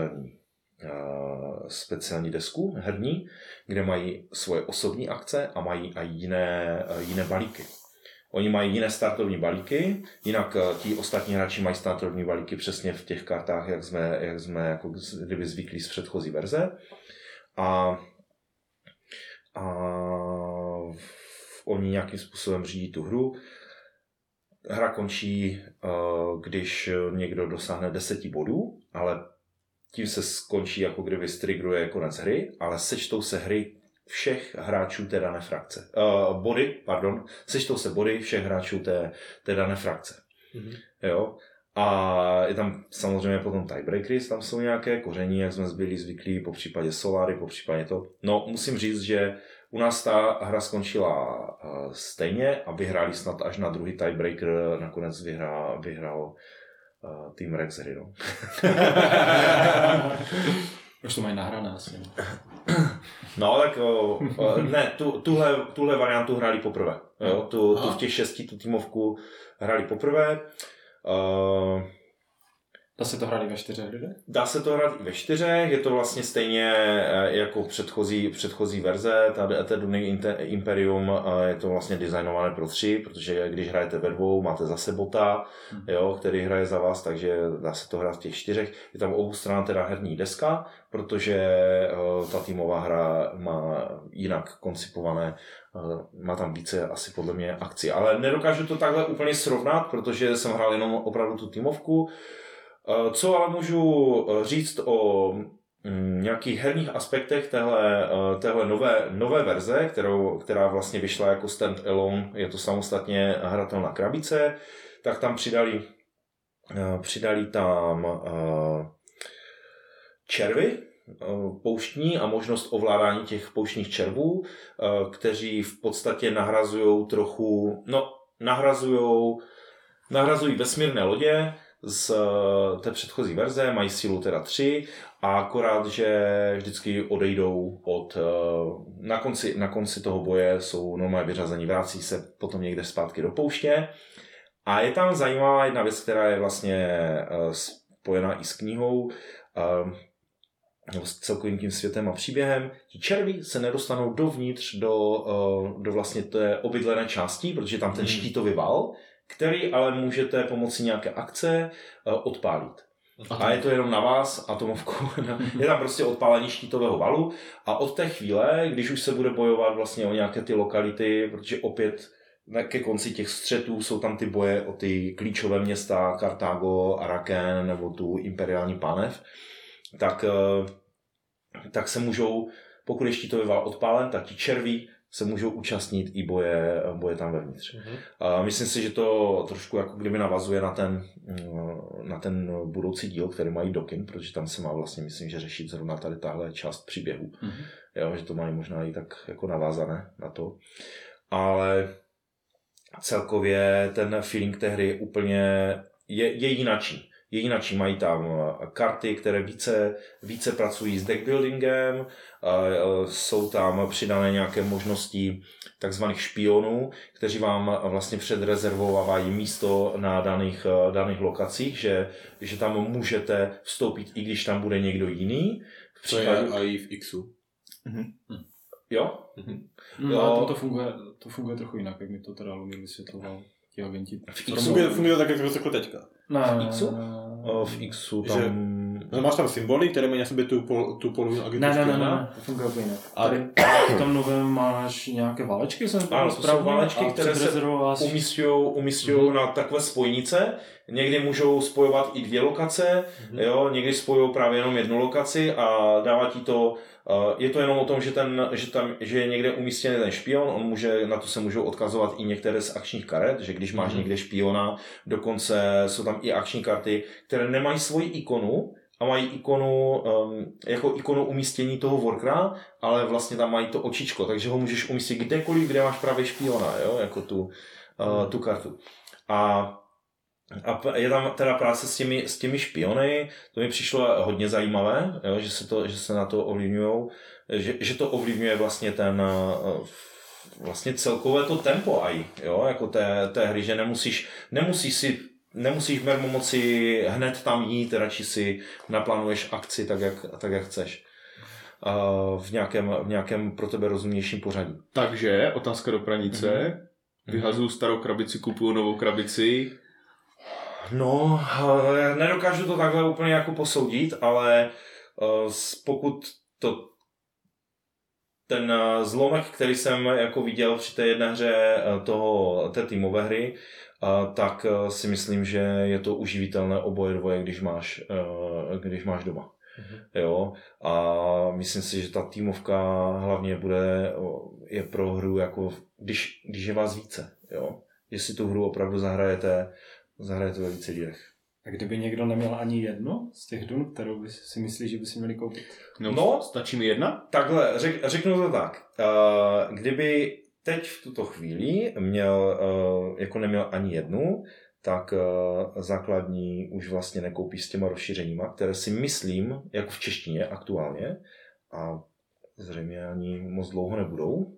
speciální desku herní, kde mají svoje osobní akce a mají i jiné balíky. Oni mají jiné startovní balíky, jinak ti ostatní hráči mají startovní balíky přesně v těch kartách, jak jsme jako kdyby zvyklí z předchozí verze. A oni nějakým způsobem řídí tu hru. hra končí, když někdo dosáhne 10 bodů, ale tím se skončí, jako kdyby striggeruje konec hry, ale sečtou se hry všech hráčů té dané frakce. Sečtou se body všech hráčů té dané frakce. Jo? A je tam samozřejmě potom tiebreakery, tam jsou nějaké koření, jak jsme byli zvyklí, po případě Solary, po případě to. No, musím říct, že u nás ta hra skončila stejně a vyhráli snad až na druhý tiebreaker, nakonec vyhrál tým Rex hry. No. Už to mají nahrané asi. No, tak ne, tuhle variantu hráli poprvé. Jo? Tu v těch 6, tu týmovku hráli poprvé. Dá se to hrát i ve 4 lidé? Dá se to hrát i ve 4, je to vlastně stejně jako předchozí verze, ta Dune Imperium je to vlastně designované pro 3, protože když hrajete ve 2, máte zase bota, jo, který hraje za vás, takže dá se to hrát v těch 4. Je tam obou stran teda herní deska, protože ta týmová hra má jinak koncipované, má tam více asi podle mě akcí, ale nedokážu to takhle úplně srovnat, protože jsem hrál jenom opravdu tu týmovku. Co ale můžu říct o nějakých herních aspektech téhle nové verze, která vlastně vyšla jako stand-alone, je to samostatně hratelná krabice, tak tam přidali tam červy pouštní a možnost ovládání těch pouštních červů, kteří v podstatě nahrazují vesmírné lodě z té předchozí verze, mají sílu teda 3 a akorát, že vždycky odejdou na konci toho boje, jsou normálně vyřazení, vrací se potom někde zpátky do pouště. A je tam zajímavá jedna věc, která je vlastně spojená i s knihou, s celkovým tím světem a příběhem. Ti červí se nedostanou dovnitř do vlastně té obydlené části, protože tam ten štítový val, který ale můžete pomocí nějaké akce odpálit. A je to jenom na vás, atomovku. Je tam prostě odpálení štítového valu a od té chvíle, když už se bude bojovat vlastně o nějaké ty lokality, protože opět ke konci těch střetů jsou tam ty boje o ty klíčové města Kartágo, Araken nebo tu imperiální pánev, tak se můžou, pokud je štítový val odpálen, tak ti červí se můžou účastnit i boje tam vevnitř. Myslím si, že to trošku jako kdyby navazuje na ten budoucí díl, který mají Dokin, protože tam se má vlastně, myslím, že řešit zrovna tady tahle část příběhu. Jo, že to mají možná i tak jako navázané na to. Ale celkově ten feeling té hry úplně je jinačí. Je jinačí, mají tam karty, které více pracují s deckbuildingem, jsou tam přidané nějaké možnosti takzvaných špionů, kteří vám vlastně předrezervovávají místo na daných lokacích, že tam můžete vstoupit, i když tam bude někdo jiný. To je i v Xu. Jo? No, to funguje trochu jinak, jak mi to teda Lumír vysvětloval. Ti agenti. Funguje tak, jak to řekl teďka. V Xu? V Xu tam... No, máš tam symboly, které mají na sobě tu polovinu agentů. Ne, to funguje úplně jinak. A v tom novém máš nějaké válečky? Ano, to jsou válečky, které se umísťují na takové spojnice. Někdy můžou spojovat i 2 lokace, jo? Někdy spojují právě jenom 1 lokaci a dává ti to. Je to jenom o tom, že je někde umístěný ten špion, na to se můžou odkazovat i některé z akčních karet, že když máš někde špiona, dokonce jsou tam i akční karty, které nemají svoji ikonu a mají ikonu, jako ikonu umístění toho workera, ale vlastně tam mají to očičko, takže ho můžeš umístit kdekoliv, kde máš právě špiona, jo? Jako tu kartu. A je tam teda práce s těmi špiony, to mi přišlo hodně zajímavé, jo, že se na to ovlivňujou, že to ovlivňuje vlastně vlastně celkové to tempo AI, jo, jako té hry, že nemusíš v mermomoci hned tam jít, radši si naplánuješ akci tak jak chceš. V nějakém pro tebe rozumnějším pořadí. Takže, otázka do pranice, vyhazuju starou krabici, kupuju novou krabici. No, nedokážu to takhle úplně jako posoudit, ale pokud ten zlomek, který jsem jako viděl při té jedné hře té týmové hry, tak si myslím, že je to uživitelné oboje dvoje, když máš doma. Jo? A myslím si, že ta týmovka hlavně je pro hru, jako když je vás více. Jo? Že si tu hru opravdu zahrajete ve více dílech. A kdyby někdo neměl ani jedno z těch dun, kterou si myslí, že by si měli koupit? No, stačí mi jedna? Takhle, řeknu to tak. Kdyby teď v tuto chvíli neměl ani jednu, tak základní už vlastně nekoupí s těma rozšířeníma, které si myslím, jako v češtině aktuálně, a zřejmě ani moc dlouho nebudou,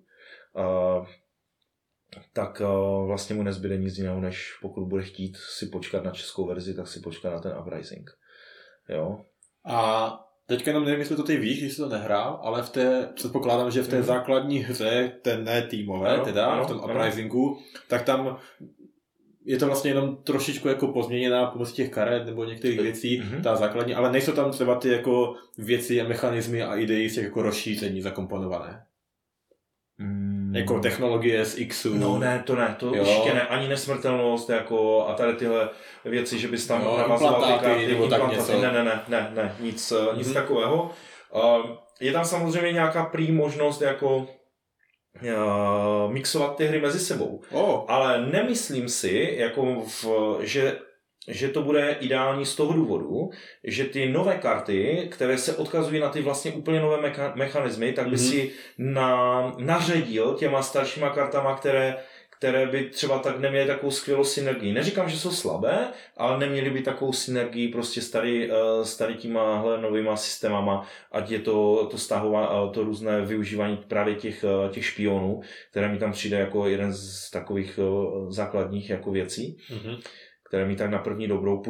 tak vlastně mu nezbyde nic jiného, než pokud bude chtít si počkat na českou verzi, tak si počkat na ten Uprising. Jo? A teďka jenom nevím, jestli to ty víš, když jsi to nehrál, ale předpokládám, že v té základní hře, ne týmové, v tom Uprisingu, tak tam je to vlastně jenom trošičku jako pozměněná pomocí těch karet nebo některých věcí, ta základní, ale nejsou tam třeba ty jako věci a mechanismy a idei z těch jako rozšíření zakomponované. Jako technologie z Xu. No ne, to určitě ne, ani nesmrtelnost, jako a tady tyhle věci, že bys tam navazoval ty karty, implantáty, ne, nic takového. Je tam samozřejmě nějaká prý možnost jako mixovat ty hry mezi sebou. Ale nemyslím si, jako že to bude ideální z toho důvodu, že ty nové karty, které se odkazují na ty vlastně úplně nové mechanismy, tak by si naředil těma staršíma kartama, které by třeba tak neměly takovou skvělou synergii. Neříkám, že jsou slabé, ale neměly by takovou synergii prostě s tady těma novýma systémama, ať je to různé využívání právě těch špionů, které mi tam přijde jako jeden z takových základních jako věcí, které mi tak na první dobrou,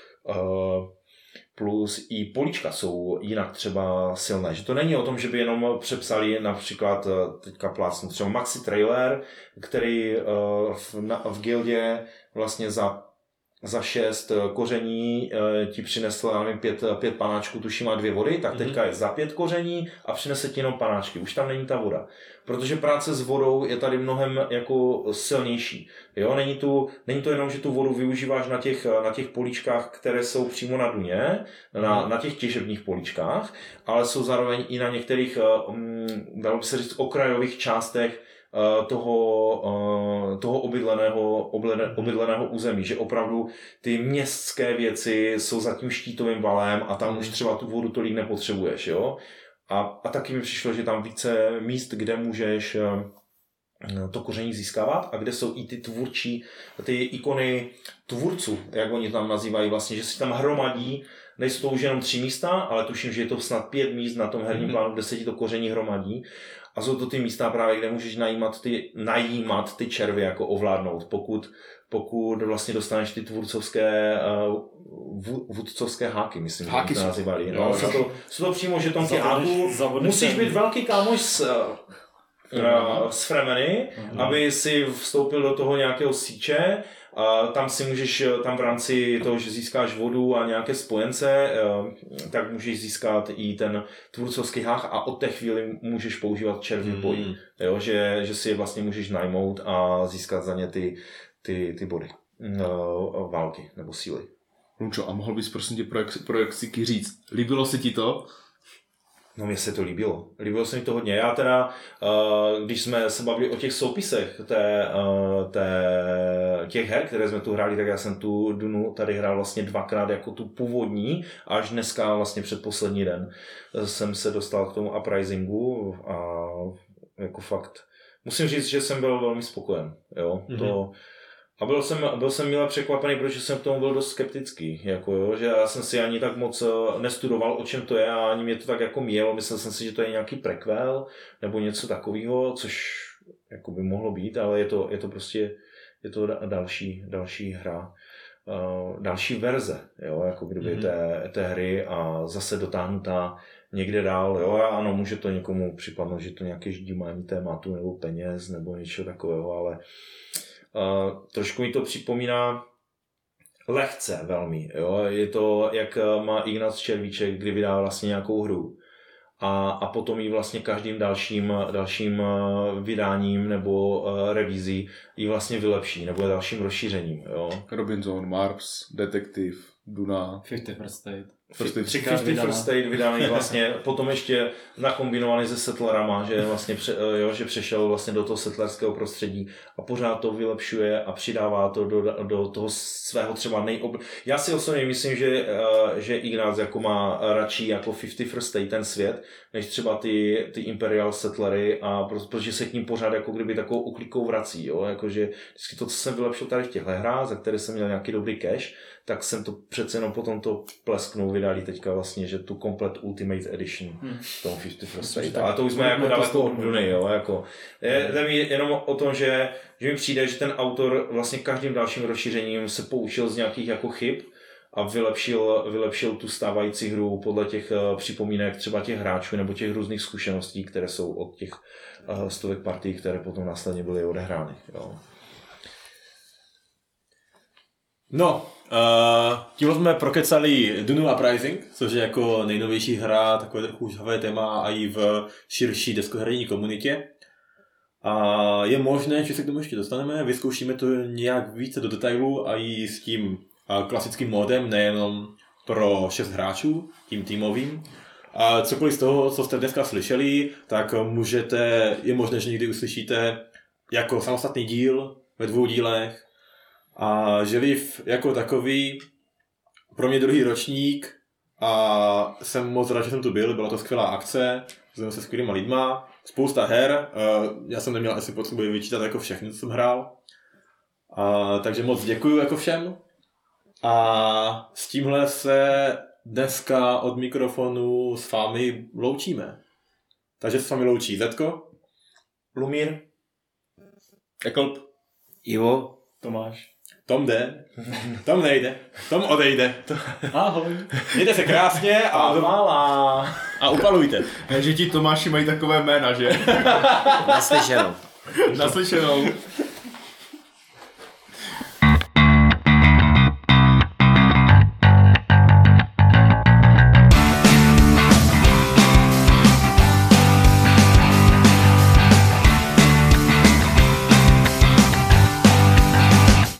plus i políčka jsou jinak třeba silné. Že to není o tom, že by jenom přepsali například teďka plácnu třeba Maxi Trailer, který v gildě vlastně za 6 koření ti přinesl, nevím, 5 panáčků, tuším má 2 vody, tak teďka je za 5 koření a přinese ti jenom panáčky. Už tam není ta voda. Protože práce s vodou je tady mnohem jako silnější. Jo? Není to jenom, že tu vodu využíváš na těch políčkách, které jsou přímo na duně, na těch těžebních políčkách, ale jsou zároveň i na některých, dalo by se říct, okrajových částech toho obydleného území, že opravdu ty městské věci jsou za tím štítovým valem a tam už třeba tu vodu tolik nepotřebuješ, jo? A taky mi přišlo, že tam více míst, kde můžeš to koření získávat a kde jsou i ty ikony tvůrců, jak oni tam nazývají vlastně, že si tam hromadí, nejsou to už jenom 3 místa, ale tuším, že je to snad 5 míst na tom herním plánu, kde se ti to koření hromadí. A jsou to ty místa právě, kde můžeš najímat ty červy jako ovládnout, pokud vlastně dostaneš ty vůdcovské háky, myslím, že to nazývali. No, jsou to přímo žetonky háků. Musíš být velký kámoš s Fremeny, aby si vstoupil do toho nějakého síče. Tam si můžeš, tam v rámci toho, že získáš vodu a nějaké spojence, tak můžeš získat i ten tvůrcovský hách a od té chvíli můžeš používat červy v boji. Jo, že si je vlastně můžeš najmout a získat za ně ty body války nebo síly. Lunčo, a mohl bys prosím tě pro Jaxiky říct, líbilo se ti to? No mně se to líbilo. Líbilo se mi to hodně. Já teda, když jsme se bavili o těch soupisech těch her, které jsme tu hráli, tak já jsem tu Dunu tady hrál vlastně 2krát jako tu původní, až dneska vlastně předposlední den jsem se dostal k tomu Uprisingu a jako fakt musím říct, že jsem byl velmi spokojen. Jo? A byl jsem milé překvapený, protože jsem k tomu byl dost skeptický, jako jo, že já jsem si ani tak moc nestudoval, o čem to je a ani mě to tak jako mělo, myslel jsem si, že to je nějaký prequel nebo něco takového, což jako by mohlo být, ale je to prostě další hra, další verze, jo, jako kdyby té hry a zase dotáhnutá někde dál, jo, a ano, může to někomu připadnout, že to nějaké ždímání tématu nebo peněz nebo něčeho takového, ale trošku mi to připomíná lehce velmi, jo? Je to, jak má Ignác Červíček, kdy vydá vlastně nějakou hru a potom ji vlastně každým dalším vydáním nebo revizí ji vlastně vylepší, nebo dalším rozšířením. Jo. Robinson, Mars, Detective, Duna. 50 First Aid. 50 First Aid vydaný vlastně, potom ještě nakombinovaný se settlerama, že vlastně že přešel vlastně do toho settlerského prostředí a pořád to vylepšuje a přidává to do toho svého třeba Já si osobně myslím, že Ignác jako má radši jako 50 First Aid ten svět, než třeba ty Imperial Settlery, a protože se k ním pořád jako kdyby takovou uklikou vrací, jo? Jakože vždycky to, co jsem vylepšil tady v těchto hrách, za které jsem měl nějaký dobrý cash, tak jsem to přece jenom potom to plesknul, vydali teďka vlastně, že tu Complete Ultimate Edition toho 50 First Aid. Ale to už jsme jako daleko od Duny, jo, jako. Jde mi jenom o tom, že mi přijde, že ten autor vlastně každým dalším rozšířením se poučil z nějakých jako chyb a vylepšil tu stávající hru podle těch připomínek třeba těch hráčů nebo těch různých zkušeností, které jsou od těch stovek partií, které potom následně byly odehrány, jo. No, tímhle jsme prokecali Dunu Uprising, což je jako nejnovější hra, takové trochu žhavé téma a i v širší deskoherní komunitě. A je možné, že se k tomu ještě dostaneme, vyzkoušíme to nějak více do detailu a i s tím klasickým modem, nejenom pro 6 hráčů, tím týmovým. A cokoliv z toho, co jste dneska slyšeli, tak je možné, že někdy uslyšíte jako samostatný díl ve 2 dílech. A Želiv jako takový pro mě druhý ročník a jsem moc rád, že jsem tu byl, byla to skvělá akce, jsme se skvělýma lidma, spousta her, já jsem neměl asi potřebu vyčítat jako všechny, co jsem hrál, takže moc děkuju jako všem a s tímhle se dneska od mikrofonu s vámi loučíme. Takže se s vámi loučí Zetko, Lumír, Ekolp, Ivo, Tomáš. Tom jde, Tom nejde, Tom odejde. Ahoj. Mějte se krásně a upalujte. Že ti Tomáši mají takové jména, že? naslyšenou. Naslyšenou.